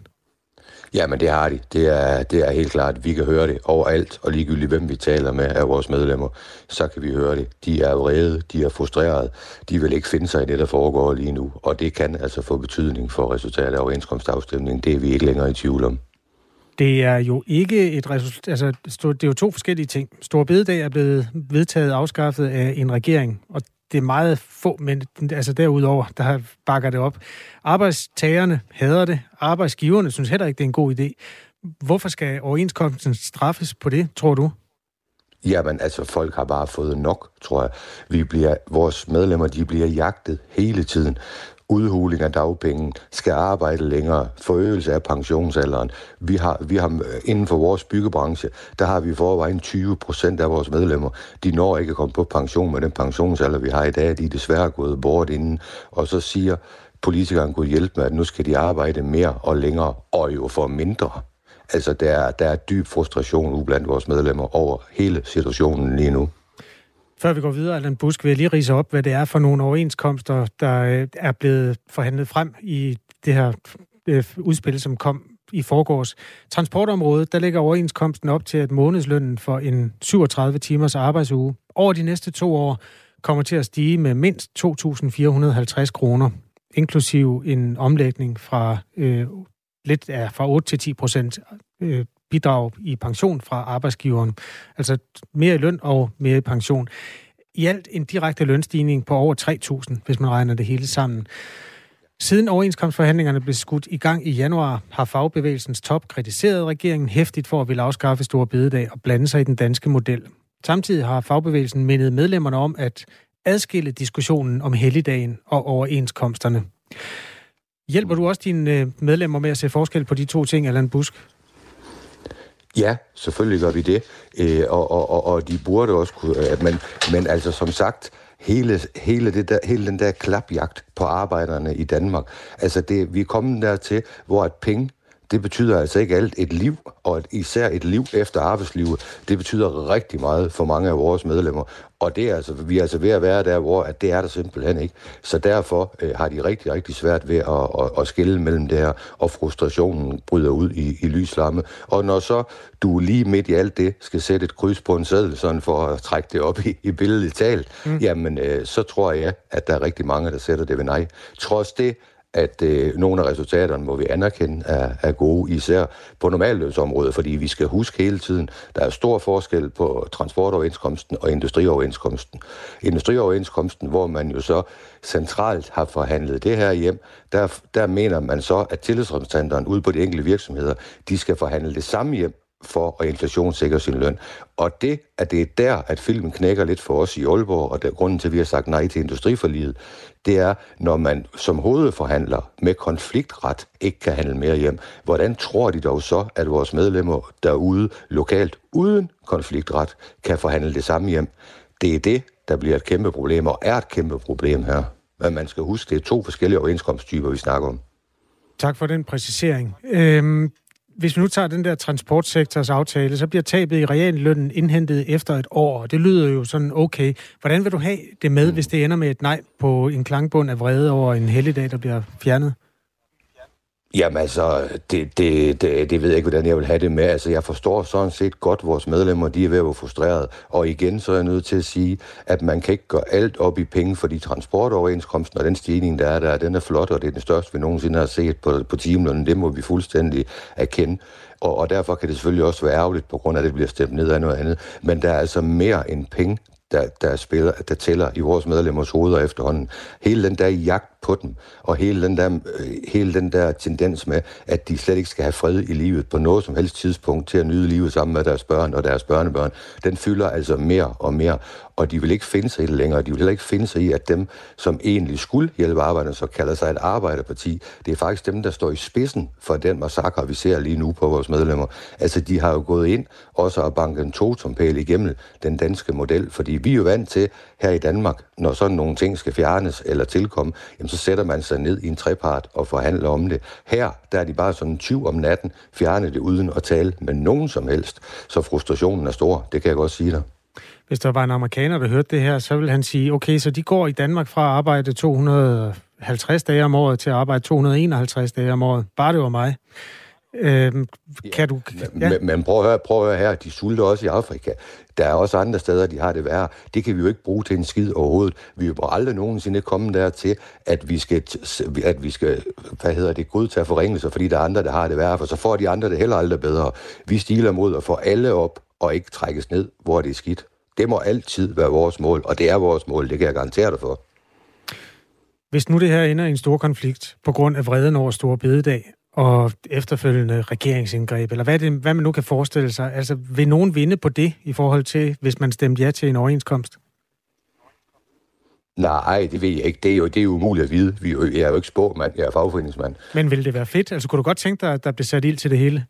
Jamen det har de. Det er, det er helt klart. Vi kan høre det overalt, og ligegyldigt hvem vi taler med af vores medlemmer, så kan vi høre det. De er vrede, de er frustrerede, de vil ikke finde sig i det, der foregår lige nu. Og det kan altså få betydning for resultatet af overenskomstafstemningen. Det er vi ikke længere i tvivl om. Det er jo ikke et resultat, altså det er jo to forskellige ting. Store Bededag er blevet vedtaget afskaffet af en regering, og det er meget få, men altså derudover, der bakker det op. Arbejdstagerne hader det. Arbejdsgiverne synes heller ikke, det er en god idé. Hvorfor skal overenskomsten straffes på det, tror du? Jamen, altså, folk har bare fået nok, tror jeg. Vi bliver, vores medlemmer, de bliver jagtet hele tiden. Udhuling af dagpenge, skal arbejde længere, forøgelse af pensionsalderen. Vi har, vi har inden for vores byggebranche, der har vi i forvejen tyve procent af vores medlemmer. De når ikke at komme på pension med den pensionsalder, vi har i dag. De er desværre gået bort inden. Og så siger politikeren, kunne hjælpe med, at nu skal de arbejde mere og længere, og jo for mindre. Altså, der er, der er dyb frustration blandt vores medlemmer over hele situationen lige nu. Før vi går videre, Allan Busk, vil jeg lige ridse op, hvad det er for nogle overenskomster, der er blevet forhandlet frem i det her udspil, som kom i forgårs. Transportområdet, der ligger overenskomsten op til, at månedslønnen for en syvogtredive timers arbejdsuge over de næste to år kommer til at stige med mindst to tusind fire hundrede og halvtreds kroner, inklusiv en omlægning fra øh, lidt ja, fra otte til ti procent øh, bidrag i pension fra arbejdsgiveren. Altså mere i løn og mere i pension. I alt en direkte lønstigning på over tre tusind, hvis man regner det hele sammen. Siden overenskomstforhandlingerne blev skudt i gang i januar, har fagbevægelsens top kritiseret regeringen hæftigt for at ville afskaffe Store Bededag og blande sig i den danske model. Samtidig har fagbevægelsen mindet medlemmerne om at adskille diskussionen om helligdagen og overenskomsterne. Hjælper du også dine medlemmer med at se forskel på de to ting, Allan Busk? Ja, selvfølgelig gør vi det, øh, og, og, og, og de burde også kunne, øh, men, men altså som sagt, hele, hele, det der, hele den der klapjagt på arbejderne i Danmark, altså det, vi er kommet dertil, hvor at penge, det betyder altså ikke alt et liv, og især et liv efter arbejdslivet, det betyder rigtig meget for mange af vores medlemmer, og det er altså, vi er altså ved at være der, hvor at det er der simpelthen ikke. Så derfor øh, har de rigtig, rigtig svært ved at, at, at skille mellem det her, og frustrationen bryder ud i, i lyslamme. Og når så du lige midt i alt det skal sætte et kryds på en seddel, sådan for at trække det op i, i billedet talt, mm. jamen øh, så tror jeg, at der er rigtig mange, der sætter det ved nej. Trods det, at øh, nogle af resultaterne må vi anerkende er, er gode, især på normallønsområdet, fordi vi skal huske hele tiden, der er stor forskel på transportoverenskomsten og industrioverenskomsten. Industrioverenskomsten, hvor man jo så centralt har forhandlet det her hjem, der, der mener man så, at tillidsrepræsentanterne ude på de enkelte virksomheder, de skal forhandle det samme hjem for at inflationssikre sin løn. Og det, at det er der, at filmen knækker lidt for os i Aalborg, og der grunden til, at vi har sagt nej til industriforliget, det er, når man som hovedforhandler med konfliktret ikke kan handle mere hjem. Hvordan tror de dog så, at vores medlemmer derude lokalt uden konfliktret kan forhandle det samme hjem? Det er det, der bliver et kæmpe problem, og er et kæmpe problem her. Men man skal huske, det er to forskellige overenskomsttyper, vi snakker om. Tak for den præcisering. Øhm hvis vi nu tager den der transportsektors aftale, så bliver tabet i reallønnen indhentet efter et år. Det lyder jo sådan okay. Hvordan vil du have det med, hvis det ender med et nej på en klangbund af vrede over en helligdag, der bliver fjernet? Jamen altså, det, det, det, det ved jeg ikke, hvordan jeg vil have det med. Altså, jeg forstår sådan set godt, vores medlemmer, de er ved at være frustreret. Og igen, så er jeg nødt til at sige, at man kan ikke gøre alt op i penge, fordi transportoverenskomsten og den stigning, der er der, den er flot, og det er den største, vi nogensinde har set på, på timelønnen. Det må vi fuldstændig erkende. Og, og derfor kan det selvfølgelig også være ærgerligt, på grund af, at det bliver stemt ned af noget andet. Men der er altså mere end penge, der, der, spiller, der tæller i vores medlemmers hoveder efterhånden. Hele den der jagt på dem, og hele den, der, hele den der tendens med, at de slet ikke skal have fred i livet på noget som helst tidspunkt til at nyde livet sammen med deres børn og deres børnebørn, den fylder altså mere og mere, og de vil ikke finde sig i det længere. De vil heller ikke finde sig i, at dem, som egentlig skulle hjælpe arbejderne, så kalder sig et arbejderparti, det er faktisk dem, der står i spidsen for den massakre, vi ser lige nu på vores medlemmer. Altså, de har jo gået ind også og banket en totompæl igennem den danske model, fordi vi er jo vant til her i Danmark, når sådan nogle ting skal fjernes eller tilkomme, jamen så sætter man sig ned i en trepart og forhandler om det. Her, der er de bare sådan en tyv om natten, fjerne det uden at tale med nogen som helst, så frustrationen er stor, det kan jeg godt sige dig. Hvis der var en amerikaner, der hørte det her, så vil han sige, okay, så de går i Danmark fra at arbejde to hundrede og halvtreds dage om året til at arbejde to hundrede og enoghalvtreds dage om året. Bare det var mig. Øhm, kan du... Ja. Men, men prøv at høre, prøv at høre her, de sulter også i Afrika. Der er også andre steder, de har det værre. Det kan vi jo ikke bruge til en skid overhovedet. Vi vil aldrig nogensinde komme dertil, at vi skal, at vi skal hvad hedder det, godtage forringelser, fordi der er andre, der har det værre, for så får de andre det heller aldrig bedre. Vi stiler mod at få alle op og ikke trækkes ned, hvor det er skidt. Det må altid være vores mål, og det er vores mål, det kan jeg garantere dig for. Hvis nu det her ender i en stor konflikt på grund af vreden over Store Bededag og efterfølgende regeringsindgreb, eller hvad, det, hvad man nu kan forestille sig, altså vil nogen vinde på det i forhold til, hvis man stemte ja til en overenskomst? Nej, det ved jeg ikke. Det er jo, det er jo umuligt at vide. Vi er jo, jeg er jo ikke spåmand, jeg er fagforeningsmand. Men ville det være fedt? Altså kunne du godt tænke dig, at der blev sat ild til det hele?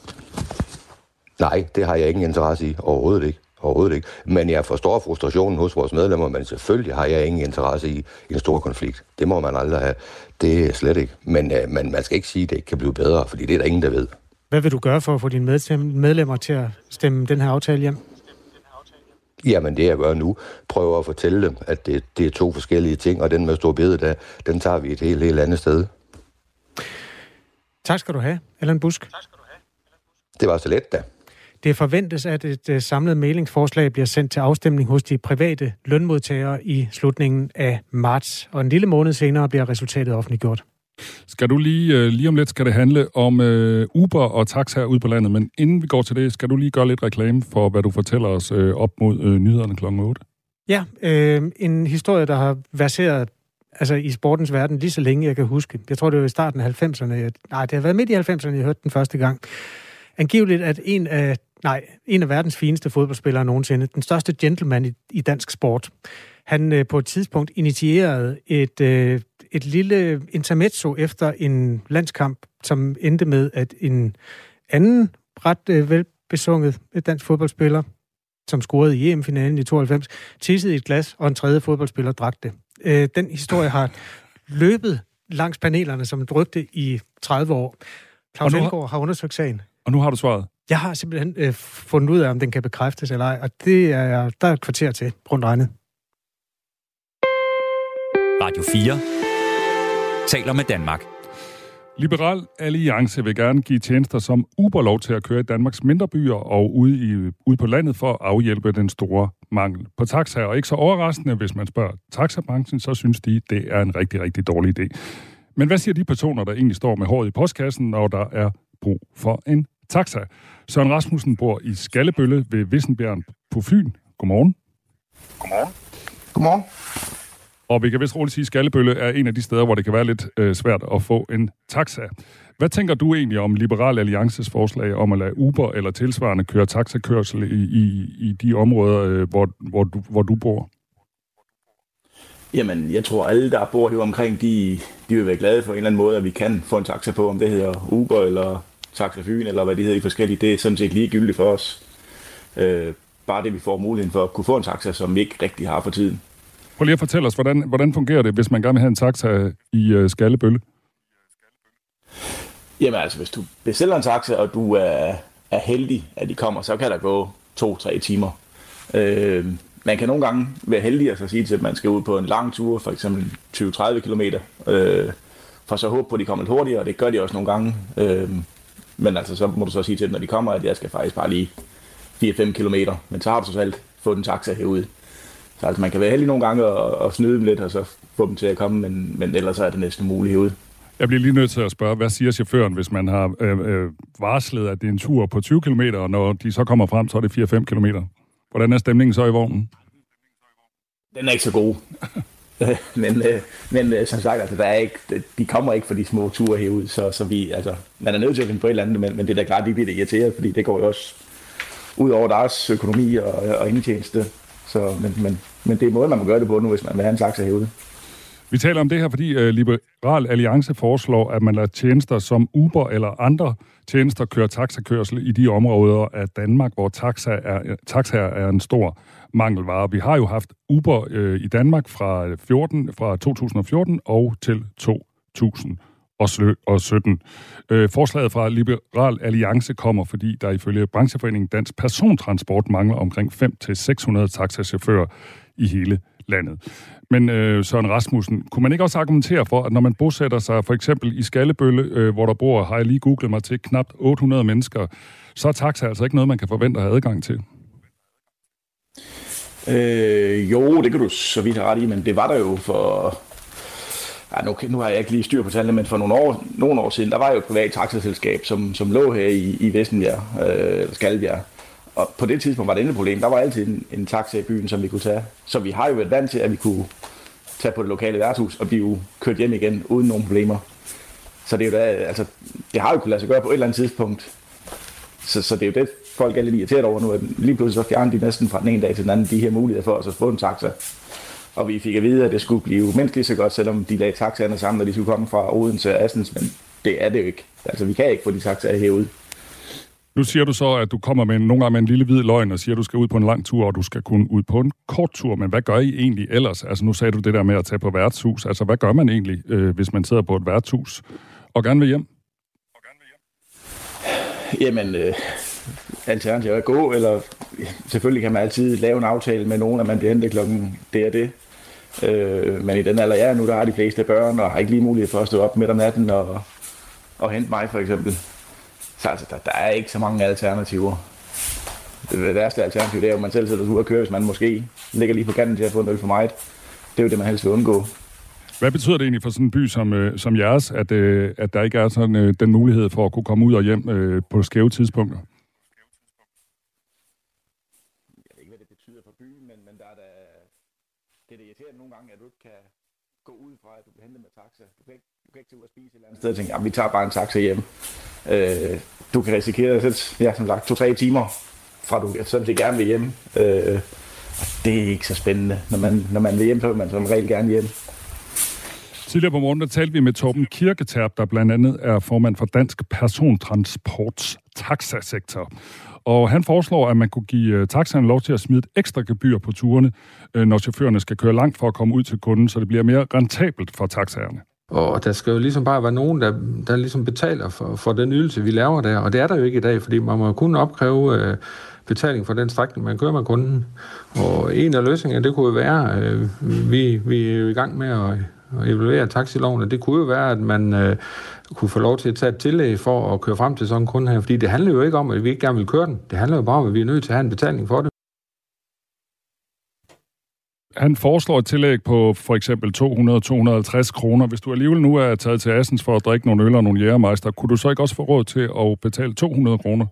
Nej, det har jeg ingen interesse i. Overhovedet ikke. Overhovedet ikke. Men jeg forstår frustrationen hos vores medlemmer, men selvfølgelig har jeg ingen interesse i en stor konflikt. Det må man aldrig have. Det er slet ikke. Men, øh, men man skal ikke sige, at det ikke kan blive bedre, fordi det er der ingen, der ved. Hvad vil du gøre for at få dine medlemmer til at stemme den her aftale hjem? Jamen, det jeg gør nu, prøver at fortælle dem, at det, det er to forskellige ting, og den med Store Bededag, den tager vi et helt, helt andet sted. Tak skal du have, Allan Busk. Det var så let da. Det forventes, at et samlet mailingsforslag bliver sendt til afstemning hos de private lønmodtagere i slutningen af marts, og en lille måned senere bliver resultatet offentliggjort. Skal du lige, lige om lidt skal det handle om uh, Uber og taxaer ude på landet, men inden vi går til det, skal du lige gøre lidt reklame for, hvad du fortæller os uh, op mod uh, nyhederne klokken otte? Ja, øh, en historie, der har verseret altså i sportens verden lige så længe, jeg kan huske. Jeg tror, det var i starten af halvfemserne. Nej, det har været midt i halvfemserne, jeg hørte den første gang. Angiveligt, at en af, nej, en af verdens fineste fodboldspillere nogensinde, den største gentleman i, i dansk sport, han øh, på et tidspunkt initierede et, øh, et lille intermezzo efter en landskamp, som endte med, at en anden ret øh, velbesunget dansk fodboldspiller, som scorede i E M-finalen i tooghalvfems, tissede i et glas, og en tredje fodboldspiller drak det. Øh, den historie har løbet langs panelerne som et rygte i tredive år. Claus Elgaard har undersøgt sagen. Og nu har du svaret? Jeg har simpelthen øh, fundet ud af, om den kan bekræftes eller ej, og det er, der er et kvarter til, rundt regnet. Radio fire taler med Danmark. Liberal Alliance vil gerne give tjenester som Uber lov til at køre i Danmarks mindre byer og ude, i, ude på landet for at afhjælpe den store mangel på taxaer. Og ikke så overraskende, hvis man spørger taxabranchen, så synes de, det er en rigtig, rigtig dårlig idé. Men hvad siger de personer, der egentlig står med håret i postkassen, når der er brug for en taxa? Søren Rasmussen bor i Skallebølle ved Vissenbjerg på Fyn. Godmorgen. Godmorgen. Godmorgen. Og vi kan vist roligt sige, at Skallebølle er en af de steder, hvor det kan være lidt øh, svært at få en taxa. Hvad tænker du egentlig om Liberal Alliances forslag om at lade Uber eller tilsvarende køre taxakørsel i, i, i de områder, øh, hvor, hvor, du, hvor du bor? Jamen, jeg tror, alle, der bor her omkring, de, de vil være glade for en eller anden måde, at vi kan få en taxa på, om det hedder Uber eller Taxa Fyn, eller hvad det hedder i forskellige. Det er sådan set ligegyldigt for os. Øh, bare det, vi får muligheden for at kunne få en taxa, som vi ikke rigtig har for tiden. Prøv lige at fortælle os, hvordan, hvordan fungerer det, hvis man gerne vil have en taxa i uh, Skallebølle? Jamen altså, hvis du bestiller en taxa, og du er, er heldig, at de kommer, så kan der gå to-tre timer. Øh, man kan nogle gange være heldig at så sige til, at man skal ud på en lang tur, for eksempel tyve til tredive kilometer, øh, for så håbe på, at de kommer lidt hurtigere, og det gør de også nogle gange. Øh, men altså, så må du så sige til dem, når de kommer, at jeg skal faktisk bare lige fire til fem kilometer, men så har du så alt fået en taxa herude. Så altså, man kan være heldig nogle gange og, og snyde dem lidt, og så få dem til at komme, men, men ellers er det næsten muligt herude. Jeg bliver lige nødt til at spørge, hvad siger chaufføren, hvis man har øh, øh, varslet, at det er en tur på tyve kilometer, og når de så kommer frem, så er det fire til fem kilometer? Hvordan er stemningen så i vognen? Den er ikke så god. men øh, men øh, som sagt, altså, der er ikke, de kommer ikke for de små ture herude, så, så vi, altså, man er nødt til at finde på et eller andet, men, men det er da klart, de bliver irriteret, fordi det går jo også ud over deres økonomi og, og indtjeneste. Så, men, men, men det er måden, man må gøre det på nu, hvis man vil have en taxa herude. Vi taler om det her, fordi uh, Liberal Alliance foreslår, at man lader tjenester som Uber eller andre tjenester køre taxakørsel i de områder af Danmark, hvor taxa er, taxaer er en stor mangelvare. Vi har jo haft Uber uh, i Danmark fra, fjorten, fra to tusind og fjorten og til to tusind og sytten. Uh, forslaget fra Liberal Alliance kommer, fordi der ifølge brancheforeningen Dansk Persontransport mangler omkring fem til seks hundrede taxachauffører i hele landet. Men øh, Søren Rasmussen, kunne man ikke også argumentere for, at når man bosætter sig for eksempel i Skallebølle, øh, hvor der bor, har jeg lige googlet mig til, knap otte hundrede mennesker, så er taxa altså ikke noget, man kan forvente at have adgang til? Øh, jo, det kan du så vidt have ret i, men det var der jo for... Ja, nu, nu har jeg ikke lige styr på tallene, men for nogle år, nogle år siden, der var jo et privat taxaselskab, som, som lå her i, i Vestenbjerg, øh, Skallebjerg. Og på det tidspunkt var det et problem. Der var altid en, en taxa i byen, som vi kunne tage. Så vi har jo været vant til, at vi kunne tage på det lokale værtshus og blive kørt hjem igen uden nogen problemer. Så det er jo da, altså, det har jo kunnet lade sig gøre på et eller andet tidspunkt. Så, så det er jo det, folk er lidt irriteret over nu, at lige pludselig så fjerner de næsten fra den ene dag til den anden de her muligheder for os at få en taxa. Og vi fik at vide, at det skulle blive mindst lige så godt, selvom de lagde taxaerne sammen, når de skulle komme fra Odense og Assens, men det er det jo ikke. Altså vi kan ikke få de taxaer herude. Nu siger du så, at du kommer med nogle gange med en lille hvid løgn og siger, at du skal ud på en lang tur, og du skal kunne ud på en kort tur. Men hvad gør I egentlig ellers? Altså nu sagde du det der med at tage på værtshus. Altså hvad gør man egentlig, øh, hvis man sidder på et værtshus og gerne vil hjem? Og gerne vil hjem? Jamen, øh, alternativet er at gå, eller selvfølgelig kan man altid lave en aftale med nogen, at man bliver hentet klokken det og det. Øh, men i den alder jeg er nu, der har de fleste børn, og har ikke lige mulighed for at stå op midt om natten og, og hente mig for eksempel. Så altså, der, der er ikke så mange alternativer. Det værste alternativ, det er jo, at man selv sætter sig ud og kører, hvis man måske ligger lige på kanten til at få en øl for meget. Det er jo det, man helst vil undgå. Hvad betyder det egentlig for sådan en by som, øh, som jeres, at, øh, at der ikke er sådan øh, den mulighed for at kunne komme ud og hjem øh, på skæve tidspunkter? Jeg ved ikke, hvad det betyder for byen, men, men der er da... det er det irriterende nogle gange, at du ikke kan gå ud fra, at du bliver hentet med taxa. Du kan ikke, du kan ikke tage ud og spise et eller andet sted og tænke, ja, vi tager bare en taxa hjem. Øh, du kan risikere at sætte, ja, som sagt, to-tre timer fra du sådan set gerne vil hjem. Øh, og det er ikke så spændende. Når man, når man vil hjem, så vil man som regel gerne hjem. Tidligere på morgen, der talte vi med Torben Kirketerp, der blandt andet er formand for Dansk Persontransports taxasektor. Og han foreslår, at man kunne give taxaerne lov til at smide et ekstra gebyr på turene, når chaufførerne skal køre langt for at komme ud til kunden, så det bliver mere rentabelt for taxaerne. Og der skal jo ligesom bare være nogen, der, der ligesom betaler for, for den ydelse, vi laver der. Og det er der jo ikke i dag, fordi man må kun opkræve øh, betaling for den strækning, man kører med kunden. Og en af løsningerne, det kunne jo være, øh, vi, vi er jo i gang med at, at evaluere taxiloven, og det kunne jo være, at man øh, kunne få lov til at tage et tillæg for at køre frem til sådan en kunde her. Fordi det handler jo ikke om, at vi ikke gerne vil køre den. Det handler jo bare om, at vi er nødt til at have en betaling for det. Han foreslår et tillæg på for eksempel to hundrede til to hundrede og halvtreds kroner. Hvis du alligevel nu er taget til Assens for at drikke nogle øl og nogle jægermeister, kunne du så ikke også få råd til at betale to hundrede kroner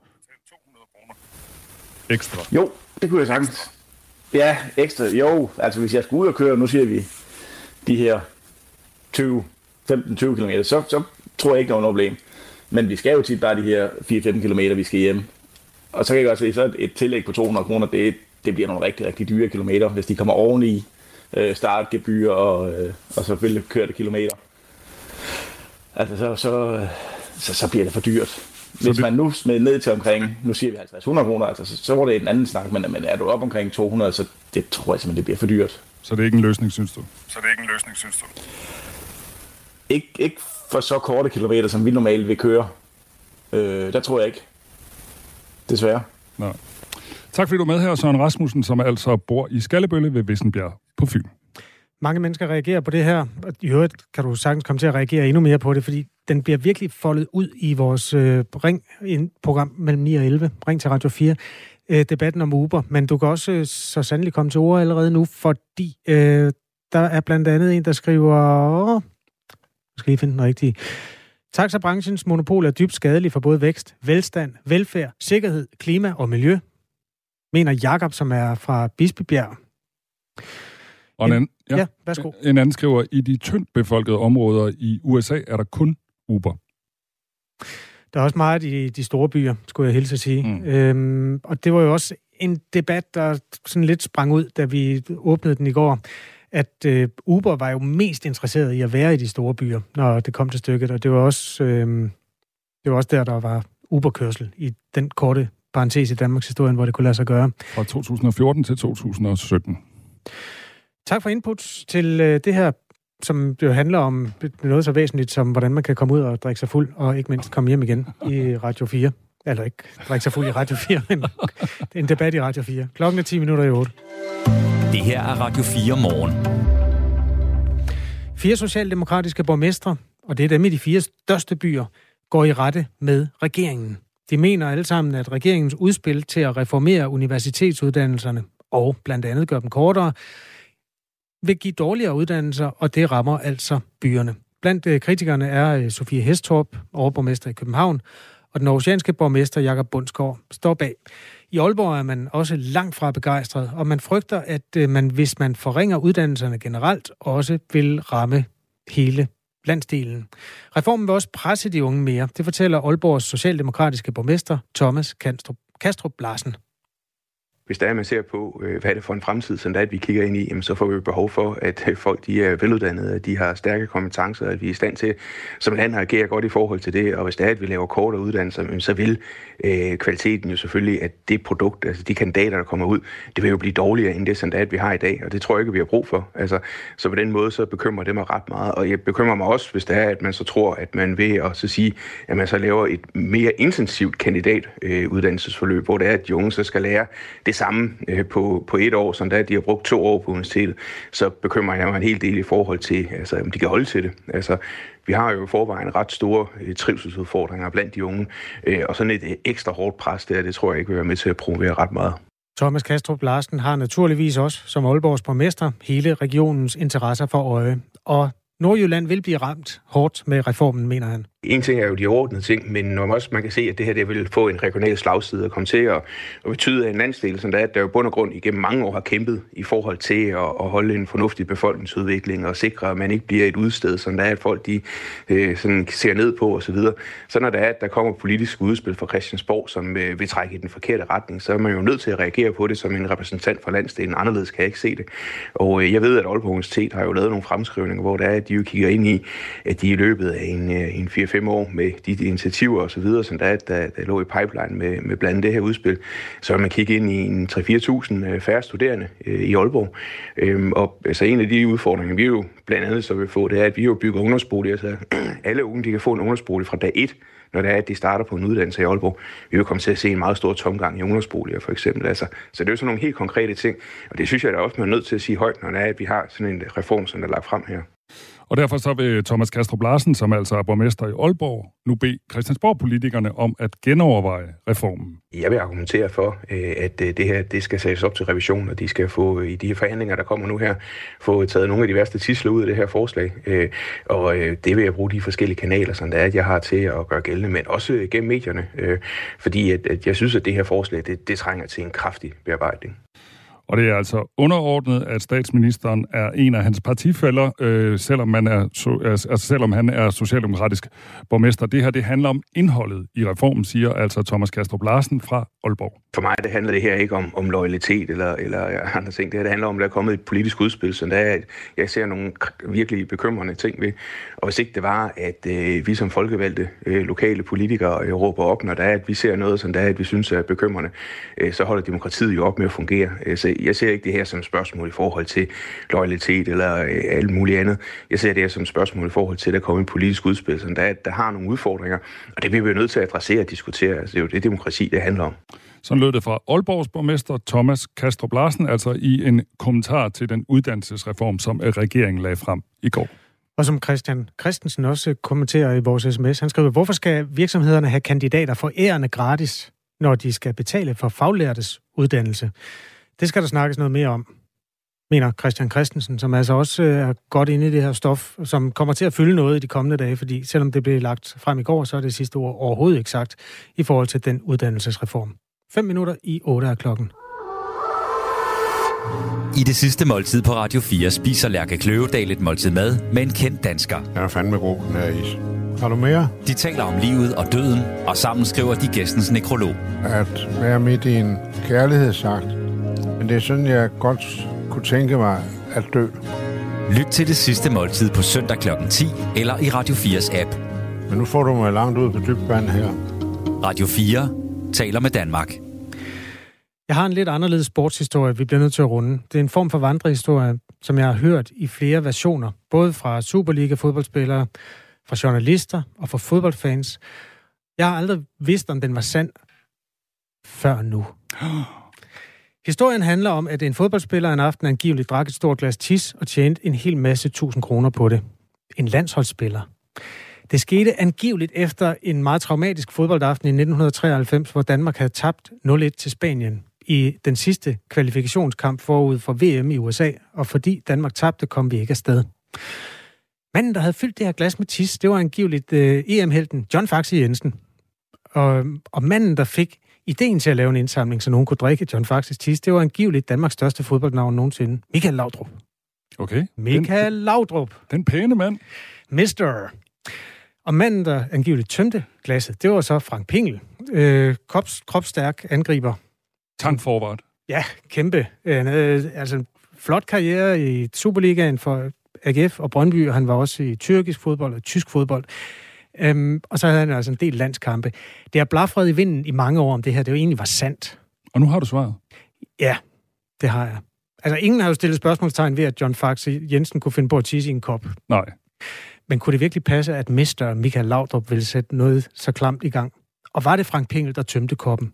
ekstra? Jo, det kunne jeg sagtens. Ja, ekstra. Jo, altså hvis jeg skal ud og køre, nu siger vi de her tyve, femten til tyve kilometer, så, så tror jeg ikke, der er noget problem. Men vi skal jo tit bare de her fire til fem kilometer, vi skal hjem. Og så kan jeg godt se, så et tillæg på to hundrede kroner, det, det bliver nogle rigtig, rigtig dyre kilometer, hvis de kommer oveni øh, startgebyr og, øh, og selvfølgelig kørte kilometer. Altså, så, så, så, så bliver det for dyrt. Hvis man nu smed ned til omkring, nu siger vi halvtreds til hundrede kroner, altså, så, så var det en anden snak, men, men er du op omkring to hundrede, så det tror jeg simpelthen, det bliver for dyrt. Så det er ikke en løsning, synes du? Så det er ikke en løsning, synes du? Ikke, ikke for så korte kilometer, som vi normalt vil køre. Øh, der tror jeg ikke. Desværre. Nå. Tak fordi du er med her, Søren Rasmussen, som altså bor i Skallebølle ved Vissenbjerg på Fyn. Mange mennesker reagerer på det her, og i øvrigt kan du sagtens komme til at reagere endnu mere på det, fordi den bliver virkelig foldet ud i vores øh, ring-program mellem ni og elleve, Ring til Radio fire, øh, debatten om Uber. Men du kan også øh, så sandelig komme til ord allerede nu, fordi øh, der er blandt andet en, der skriver... Åh, skal I finde den rigtige. Taxabranchens monopol er dybt skadelig for både vækst, velstand, velfærd, sikkerhed, klima og miljø, mener Jakob, som er fra Bispebjerg. Og en, anden, ja, ja, værsgo. En anden skriver, i de tyndt befolkede områder i U S A er der kun Uber. Der er også meget i de store byer, skulle jeg hilse at sige. Mm. Øhm, og det var jo også en debat, der sådan lidt sprang ud, da vi åbnede den i går, at øh, Uber var jo mest interesseret i at være i de store byer, når det kom til stykket. Og det var også, øh, det var også der, der var Uber-kørsel i den korte parentes i Danmarks historie, hvor det kunne lade sig gøre. Fra to tusind og fjorten til to tusind og sytten. Tak for input til øh, det her, som jo handler om noget så væsentligt som, hvordan man kan komme ud og drikke sig fuld, og ikke mindst komme hjem igen i Radio fire. Eller ikke drikke sig fuld i Radio fire, men det er en debat i Radio fire. Klokken er ti minutter i otte. Det her er Radio fire morgen. Fire socialdemokratiske borgmestre, og det er dem i de fire største byer, går i rette med regeringen. De mener alle sammen, at regeringens udspil til at reformere universitetsuddannelserne, og blandt andet gøre dem kortere, vil give dårligere uddannelser, og det rammer altså byerne. Blandt kritikerne er Sofie Hestorp, overborgmester i København, og den aarhusianske borgmester Jakob Bundsgaard står bag. I Aalborg er man også langt fra begejstret, og man frygter, at man, hvis man forringer uddannelserne generelt, også vil ramme hele landsdelen. Reformen vil også presse de unge mere. Det fortæller Aalborgs socialdemokratiske borgmester Thomas Kastrup, Kastrup Larsen. Hvis der er, man ser på, hvad er det for en fremtid, som der er, at vi kigger ind i, så får vi behov for, at folk de er veluddannede, at de har stærke kompetencer, at vi er i stand til som land at agere godt i forhold til det. Og hvis det er, at vi laver kortere uddannelser, så vil øh, kvaliteten jo selvfølgelig, at det produkt, altså de kandidater, der kommer ud, det vil jo blive dårligere end det, som der er, at vi har i dag. Og det tror jeg ikke, vi har brug for. Altså, så på den måde, så bekymrer det mig ret meget. Og jeg bekymrer mig også, hvis det er, at man så tror, at man vil at så sige, at man så laver et mere intensivt kandidatuddannelsesforløb, øh, hvor det er, at de unge så skal lære det samme øh, på, på et år, som der de har brugt to år på universitetet, så bekymrer jeg mig en hel del i forhold til, altså, om de kan holde til det. Altså, vi har jo i forvejen ret store øh, trivselsudfordringer blandt de unge, øh, og sådan et øh, ekstra hårdt pres der, det tror jeg ikke vil være med til at promovere ret meget. Thomas Kastrup Larsen har naturligvis også, som Aalborgs borgmester, hele regionens interesser for øje, og Nordjylland vil blive ramt hårdt med reformen, mener han. En ting er jo de overordnede ting, men når man også man kan se, at det her det vil få en regional slagside at komme til at, at betyde en landsdel, som der, er, der jo bund og grund igennem mange år har kæmpet i forhold til at, at holde en fornuftig befolkningsudvikling og sikre, at man ikke bliver et udsted, som der er, at folk de, øh, sådan ser ned på osv. Så, så når der er, at der kommer politisk udspil fra Christiansborg, som øh, vil trække i den forkerte retning, så er man jo nødt til at reagere på det som en repræsentant for landsdelen. Anderledes kan jeg ikke se det. Og øh, jeg ved, at Aalborg Universitet har jo lavet nogle fremskrivninger, hvor der er, at de jo kigger ind i, at de i løbet af en, en fire fem år med de, de initiativer og så videre, som der, er, der, der lå i pipeline med, med blandt andet det her udspil, så vil man kigge ind i en tre til fire tusind færre studerende øh, i Aalborg. Øhm, og altså en af de udfordringer, vi jo blandt andet så vil få, det er, at vi jo bygger ungdomsboliger, så alle unge de kan få en ungdomsbolig fra dag et, når det er, at de starter på en uddannelse i Aalborg. Vi vil komme til at se en meget stor tomgang i ungdomsboliger, for eksempel. Altså, så det er jo sådan nogle helt konkrete ting, og det synes jeg da også, man er nødt til at sige højt, når det er, at vi har sådan en reform, som der er lagt frem her. Og derfor så vil Thomas Kastrup Larsen, som altså er borgmester i Aalborg, nu bede Christiansborg-politikerne om at genoverveje reformen. Jeg vil argumentere for, at det her det skal sættes op til revision, og de skal få i de her forhandlinger, der kommer nu her, få taget nogle af de værste tidsler ud af det her forslag. Og det vil jeg bruge de forskellige kanaler, som der er, at jeg har til at gøre gældende, men også gennem medierne. Fordi at jeg synes, at det her forslag, det, det trænger til en kraftig bearbejdning. Og det er altså underordnet, at statsministeren er en af hans partifæller, øh, selvom, man er, so, altså, selvom han er socialdemokratisk borgmester. Det her, det handler om indholdet i reformen, siger altså Thomas Kastrup Larsen fra Aalborg. For mig det handler det her ikke om, om loyalitet eller, eller andre ting. Det her det handler om, at der er kommet et politisk udspil, så der er, jeg ser nogle virkelig bekymrende ting ved. Og hvis ikke det var, at øh, vi som folkevalgte øh, lokale politikere øh, råber op, når der er, at vi ser noget, som der er, at vi synes er bekymrende, øh, så holder demokratiet jo op med at fungere. Så ser, jeg ser ikke det her som et spørgsmål i forhold til loyalitet eller øh, alt muligt andet. Jeg ser det her som et spørgsmål i forhold til, at der kommer en politisk udspil, som der, der har nogle udfordringer, og det bliver vi nødt til at adressere og diskutere. Altså, det er jo det demokrati, det handler om. Sådan lød det fra Aalborgs borgmester Thomas Kastrup Larsen, altså i en kommentar til den uddannelsesreform, som regeringen lagde frem i går. Og som Christian Christensen også kommenterer i vores sms, han skriver, hvorfor skal virksomhederne have kandidater forærende gratis, når de skal betale for faglærtes uddannelse? Det skal der snakkes noget mere om, mener Christian Christensen, som altså også er godt inde i det her stof, som kommer til at fylde noget i de kommende dage, fordi selvom det blev lagt frem i går, så er det sidste ord overhovedet ikke sagt i forhold til den uddannelsesreform. Fem minutter i otte er klokken. I det sidste måltid på Radio fire spiser Lærke Kløvedal et måltid mad med en kendt dansker. Jeg er fandme god, den her is. Har du mere? De taler om livet og døden, og sammen skriver de gæstens nekrolog. At være midt i en kærlighedsakt. Men det er sådan, jeg godt kunne tænke mig at dø. Lyt til det sidste måltid på søndag klokken ti, eller i Radio fires app. Men nu får du mig langt ud på dybt vand her. Radio fire taler med Danmark. Jeg har en lidt anderledes sportshistorie, vi bliver nødt til at runde. Det er en form for vandrehistorie, som jeg har hørt i flere versioner. Både fra Superliga-fodboldspillere, fra journalister og fra fodboldfans. Jeg har aldrig vidst, om den var sand før nu. Historien handler om, at en fodboldspiller en aften angiveligt drak et stort glas tis og tjente en hel masse tusind kroner på det. En landsholdsspiller. Det skete angiveligt efter en meget traumatisk fodboldaften i nitten treoghalvfems, hvor Danmark havde tabt nul et til Spanien i den sidste kvalifikationskamp forud for V M i U S A, og fordi Danmark tabte, kom vi ikke afsted. Manden, der havde fyldt det her glas med tis, det var angiveligt uh, E M-helten John Faxe Jensen. Og, og manden, der fik ideen til at lave en indsamling, så nogen kunne drikke John Faxes tis, det var angiveligt Danmarks største fodboldnavn nogensinde, Michael Laudrup. Okay. Michael den, Laudrup. Den pæne mand. Mister Og manden, der angiveligt tømte glasset, det var så Frank Pingel. Øh, krops, kropsstærk angriber. Tankforward. Ja, kæmpe. Øh, altså, flot karriere i Superligaen for A G F og Brøndby, og han var også i tyrkisk fodbold og tysk fodbold. Øhm, og så havde han altså en del landskampe. Det har blafret i vinden i mange år, om det her det jo egentlig var sandt. Og nu har du svaret? Ja, det har jeg. Altså, ingen har jo stillet spørgsmålstegn ved, at John Faxe Jensen kunne finde på at tisse i en kop. Nej. Men kunne det virkelig passe, at mister Michael Laudrup ville sætte noget så klamt i gang? Og var det Frank Pingel, der tømte koppen?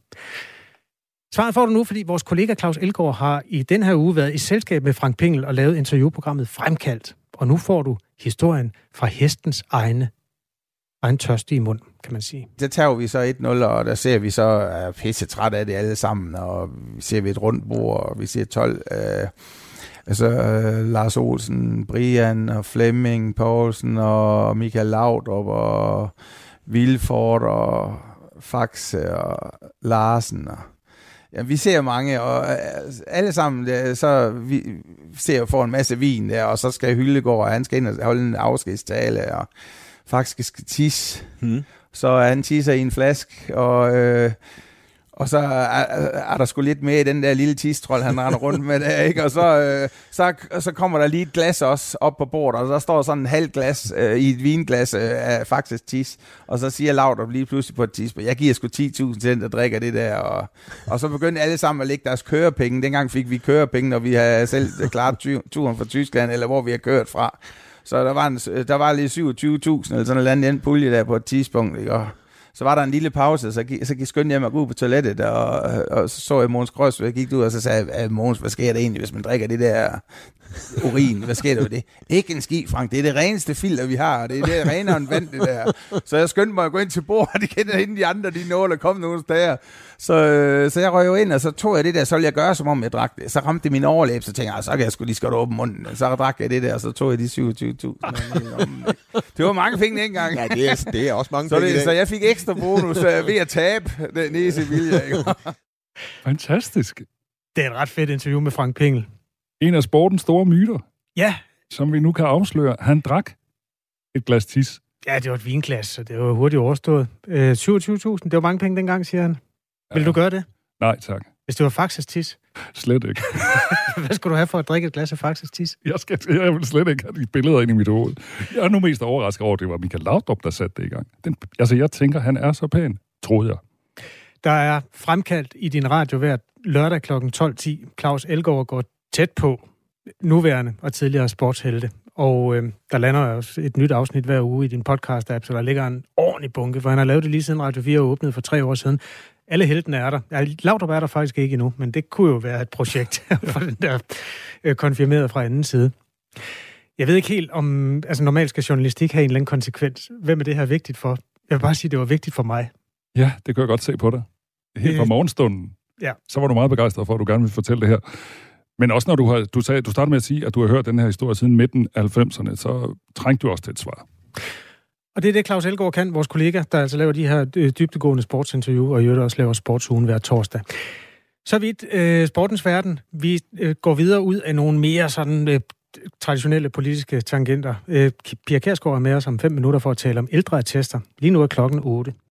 Svaret får du nu, fordi vores kollega Claus Elgaard har i den her uge været i selskab med Frank Pingel og lavet interviewprogrammet Fremkaldt. Og nu får du historien fra hestens egne, egen tørstige mund, kan man sige. Der tager vi så et nul, og der ser vi så er pisse træt af det alle sammen, og vi ser vi et rundt bord, og vi ser tolv... Øh Altså øh, Lars Olsen, Brian og Flemming Poulsen og Michael Laudrup og Vilfort og Faxe og Larsen. Og, ja, vi ser mange, og øh, alle sammen, der, så vi ser for en masse vin der, og så skal Hyllegård, og han skal ind og holde en afskedstale, og Faxe skal tisse. Hmm. Så er han tisser i en flaske, og... Øh, Og så er, er der sgu lidt mere i den der lille tistrol, han render rundt med der, ikke? Og så, øh, så, så kommer der lige et glas også op på bordet, og der står sådan en halv glas øh, i et vinglas øh, af faktisk tis. Og så siger Laudrup lige pludselig på et tidspunkt, jeg giver sgu ti tusind til den, der drikker det der. Og, og så begyndte alle sammen at lægge deres kørepenge. Dengang fik vi kørepenge, når vi havde selv klaret turen fra Tyskland, eller hvor vi har kørt fra. Så der var, en, der var lige syvogtyve tusind, eller sådan en eller anden pulje der på et tidspunkt, ikke? Og så var der en lille pause, så, så gik skyndte jeg mig ud på toilettet, og, og så så jeg Mogens Krøs, og jeg gik ud, og så sagde jeg, Mogens, hvad sker der egentlig, hvis man drikker det der urin? Hvad sker der ved det? Ikke en ski, Frank. Det er det reneste filter, vi har, og det er det renere end vand, det der. Så jeg skyndte mig at gå ind til bordet, igen, inden de andre, de nåede at komme nogle steder. Så, så jeg røg jo ind, og så tog jeg det der, så ville jeg gøre, som om jeg drak det. Så ramte det min overlæb, så tænkte jeg, så kan jeg sgu lige skåre åbne munden. Så drak jeg det der, og så tog jeg de syvogtyve tusind. Det var mange penge dengang. Ja, det er, det er også mange så penge. Det, så jeg fik ekstra bonus ved at tabe den nede i Sevilla. Fantastisk. Det er et ret fedt interview med Frank Pingel. En af sportens store myter. Ja. Som vi nu kan afsløre. Han drak et glas tis. Ja, det var et vinglas, så det var hurtigt overstået. Øh, syvogtyve tusind, det var mange penge dengang, siger han. Ja. Vil du gøre det? Nej, tak. Hvis det var Faxes tis? Slet ikke. Hvad skulle du have for at drikke et glas af Faxes tis? Jeg, skal, jeg vil slet ikke have de billeder ind i mit hoved. Jeg er nu mest overrasket over, at det var Michael Laudrup, der satte det i gang. Den, altså, jeg tænker, han er så pæn, troede jeg. der er fremkaldt i din radio hver lørdag klokken tolv ti. Claus Elgaard går tæt på nuværende og tidligere sportshelte. Og øh, der lander jo et nyt afsnit hver uge i din podcast-app, så der ligger en ordentlig bunke, for han har lavet det lige siden Radio fire åbnede for tre år siden. Alle heltene er der. Ja, Laudrup er der faktisk ikke endnu, men det kunne jo være et projekt for den der øh, konfirmeret fra anden side. Jeg ved ikke helt om, altså normalt skal journalistik have en eller anden konsekvens. Hvem er det her vigtigt for? Jeg vil bare sige, at det var vigtigt for mig. Ja, det kan jeg godt se på dig. Helt fra morgenstunden. Ja. Så var du meget begejstret for, at du gerne vil fortælle det her. Men også når du har, du, sagde, du startede med at sige, at du har hørt den her historie siden midten af halvfemserne, så trængte du også til et svar. Og det er det, Claus Elgaard kan, vores kollega, der altså laver de her dybdegående sportsinterview, og i øvrigt også laver sportsugen hver torsdag. Så vidt øh, sportens verden. Vi øh, går videre ud af nogle mere sådan øh, traditionelle politiske tangenter. Øh, Pia Kjærsgaard er med os om fem minutter for at tale om ældreattester. Lige nu er klokken otte.